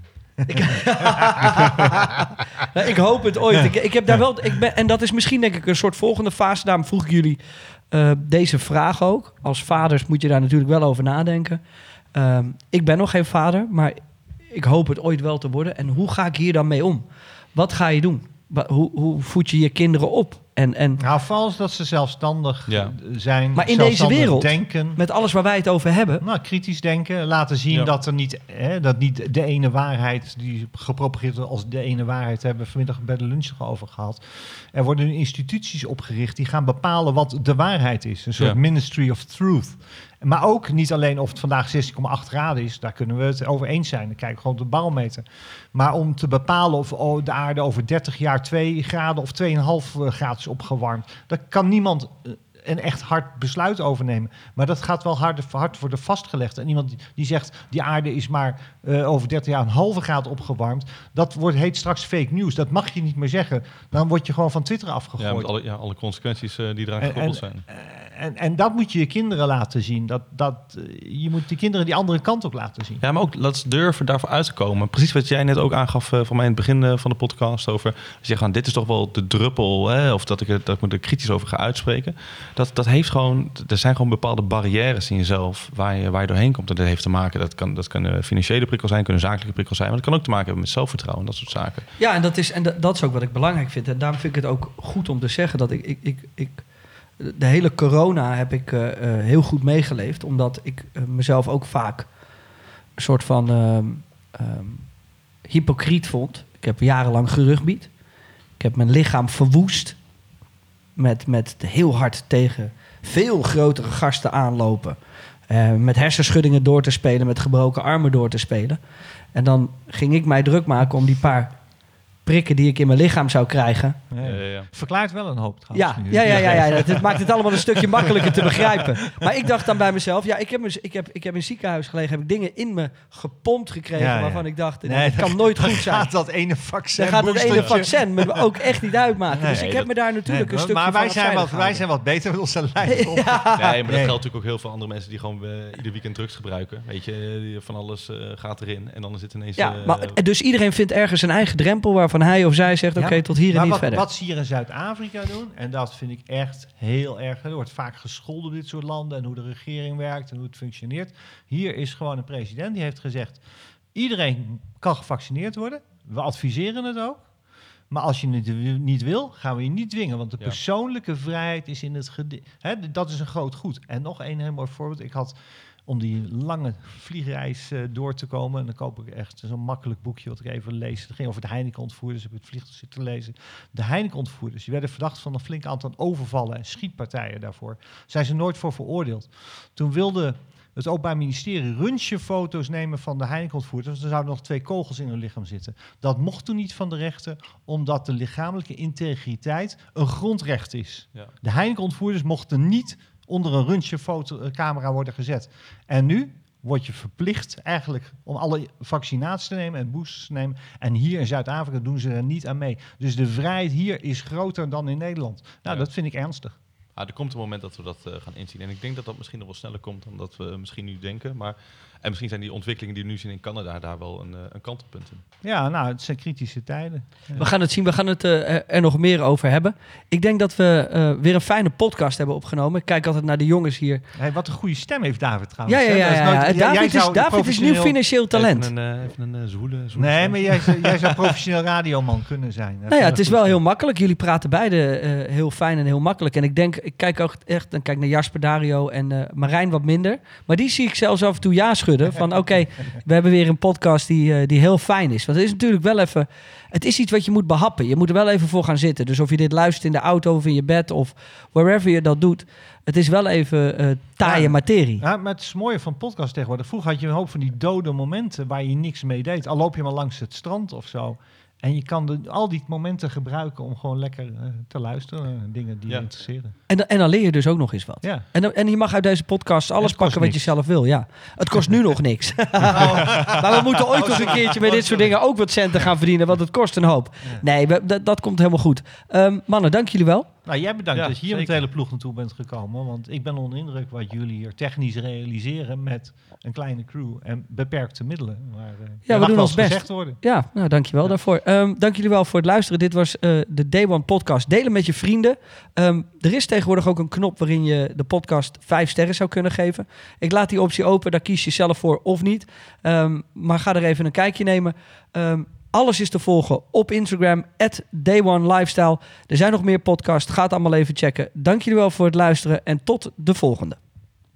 Ik hoop het ooit. Ik heb daar wel. En dat is misschien denk ik een soort volgende fase. Daarom vroeg ik jullie deze vraag ook. Als vaders moet je daar natuurlijk wel over nadenken. Ik ben nog geen vader, maar ik hoop het ooit wel te worden. En hoe ga ik hier dan mee om? Wat ga je doen? Hoe voed je je kinderen op? Nou, vals dat ze zelfstandig zijn. Maar in deze wereld, denken, met alles waar wij het over hebben. Nou, kritisch denken. Laten zien dat er niet de ene waarheid die gepropageerd wordt als de ene waarheid. Hebben we vanmiddag bij de lunch over gehad. Er worden nu instituties opgericht die gaan bepalen wat de waarheid is. Een soort ministry of truth. Maar ook niet alleen of het vandaag 16,8 graden is. Daar kunnen we het over eens zijn. Dan kijken we gewoon op de barometer. Maar om te bepalen of de aarde over 30 jaar 2 graden of 2,5 graden is opgewarmd. Dat kan niemand een echt hard besluit overnemen. Maar dat gaat wel hard worden vastgelegd. En iemand die zegt, die aarde is maar over 30 jaar 1,5 graad opgewarmd. Dat heet straks fake news. Dat mag je niet meer zeggen. Dan word je gewoon van Twitter afgegooid. Ja, met alle consequenties die eraan gekoppeld zijn. En dat moet je je kinderen laten zien. Je moet die kinderen die andere kant ook laten zien. Ja, maar ook laten ze durven daarvoor uit te komen. Precies wat jij net ook aangaf voor mij in het begin van de podcast over. Zeg van, dit is toch wel de druppel, hè, of dat ik me er kritisch over ga uitspreken. Dat heeft gewoon, er zijn gewoon bepaalde barrières in jezelf waar je doorheen komt. En dat heeft te maken, dat kan financiële prikkel zijn, kunnen zakelijke prikkel zijn, maar dat kan ook te maken hebben met zelfvertrouwen, dat soort zaken. Ja, en dat is ook wat ik belangrijk vind. En daarom vind ik het ook goed om te zeggen dat ik de hele corona heb ik heel goed meegeleefd, omdat ik mezelf ook vaak een soort van hypocriet vond. Ik heb jarenlang gerugbied. Ik heb mijn lichaam verwoest met heel hard tegen veel grotere gasten aanlopen. Met hersenschuddingen door te spelen, met gebroken armen door te spelen. En dan ging ik mij druk maken om die paar prikken die ik in mijn lichaam zou krijgen. Ja. Verklaart wel een hoop trouwens. Ja. Het maakt het allemaal een stukje makkelijker te begrijpen. Maar ik dacht dan bij mezelf, ik heb in het ziekenhuis gelegen, heb ik dingen in me gepompt gekregen waarvan ik dacht, het kan nooit goed zijn. Gaat dat ene vaccin. Dan gaat dat ene vaccin me ook echt niet uitmaken. Dus ik heb me daar natuurlijk een stukje maar van wij zijn wat beter met onze lijf. Nee, maar dat geldt natuurlijk ook heel veel andere mensen die gewoon ieder weekend drugs gebruiken. Weet je, van alles gaat erin en dan is het ineens... dus iedereen vindt ergens een eigen drempel waarvan hij of zij zegt, oké, tot hier en niet verder. Wat zie je in Zuid-Afrika doen, en dat vind ik echt heel erg... Er wordt vaak gescholden op dit soort landen en hoe de regering werkt en hoe het functioneert. Hier is gewoon een president die heeft gezegd, iedereen kan gevaccineerd worden. We adviseren het ook. Maar als je het niet wil, gaan we je niet dwingen. Want de persoonlijke vrijheid is in het dat is een groot goed. En nog een heel mooi voorbeeld. Ik had, om die lange vliegreis door te komen, en dan koop ik echt zo'n makkelijk boekje wat ik even lees. Het ging over de Heineken-ontvoerders. Ik heb het vliegtuig zitten lezen. De Heineken-ontvoerders, die werden verdacht van een flink aantal overvallen en schietpartijen daarvoor. Zijn ze nooit voor veroordeeld. Toen wilde het Openbaar Ministerie röntgenfoto's nemen van de Heineken-ontvoerders. Er zouden nog 2 kogels in hun lichaam zitten. Dat mocht toen niet van de rechter, omdat de lichamelijke integriteit een grondrecht is. Ja. De Heineken-ontvoerders mochten niet onder een röntgenfotocamera worden gezet. En nu word je verplicht eigenlijk om alle vaccinaties te nemen en boosters te nemen. En hier in Zuid-Afrika doen ze er niet aan mee. Dus de vrijheid hier is groter dan in Nederland. Nou, dat vind ik ernstig. Er komt een moment dat we dat gaan inzien. En ik denk dat dat misschien nog wel sneller komt dan dat we misschien nu denken. En misschien zijn die ontwikkelingen die we nu zien in Canada daar wel een kantelpunt in. Ja, nou, het zijn kritische tijden. Ja. We gaan het zien, we gaan het er nog meer over hebben. Ik denk dat we weer een fijne podcast hebben opgenomen. Ik kijk altijd naar de jongens hier. Hey, wat een goede stem heeft David trouwens. Ja. David is nieuw financieel talent. Even een zwoele nee, maar jij zou professioneel radioman kunnen zijn. Nou ja, het is wel heel makkelijk. Jullie praten beide heel fijn en heel makkelijk. En ik kijk ook echt naar Jasper, Dario en Marijn wat minder. Maar die zie ik zelfs af en toe ja schudden. Van oké, we hebben weer een podcast die heel fijn is. Want het is natuurlijk wel even... Het is iets wat je moet behappen. Je moet er wel even voor gaan zitten. Dus of je dit luistert in de auto of in je bed of wherever je dat doet. Het is wel even taaie materie. Ja, maar het is mooie van podcast tegenwoordig. Vroeger had je een hoop van die dode momenten waar je niks mee deed. Al loop je maar langs het strand of zo. En je kan al die momenten gebruiken om gewoon lekker te luisteren. Dingen die je interesseren. En dan leer je dus ook nog eens wat. Ja. En je mag uit deze podcast alles pakken wat je zelf wil. Ja. Het kost nu nog niks. Maar we moeten ooit nog een keertje met dit soort dingen ook wat centen gaan verdienen. Want het kost een hoop. Ja. Nee, dat komt helemaal goed. Mannen, dank jullie wel. Nou, jij bedankt dat je hier met de hele ploeg naartoe bent gekomen. Want ik ben onder indruk wat jullie hier technisch realiseren met een kleine crew en beperkte middelen. Maar, we doen ons best. Ja, nou, dankjewel daarvoor. Dank jullie wel voor het luisteren. Dit was de Day One podcast. Delen met je vrienden. Er is tegenwoordig ook een knop waarin je de podcast 5 sterren zou kunnen geven. Ik laat die optie open. Daar kies je zelf voor of niet. Maar ga er even een kijkje nemen. Alles is te volgen op Instagram, @DayOneLifestyle. Er zijn nog meer podcasts. Ga het allemaal even checken. Dank jullie wel voor het luisteren en tot de volgende.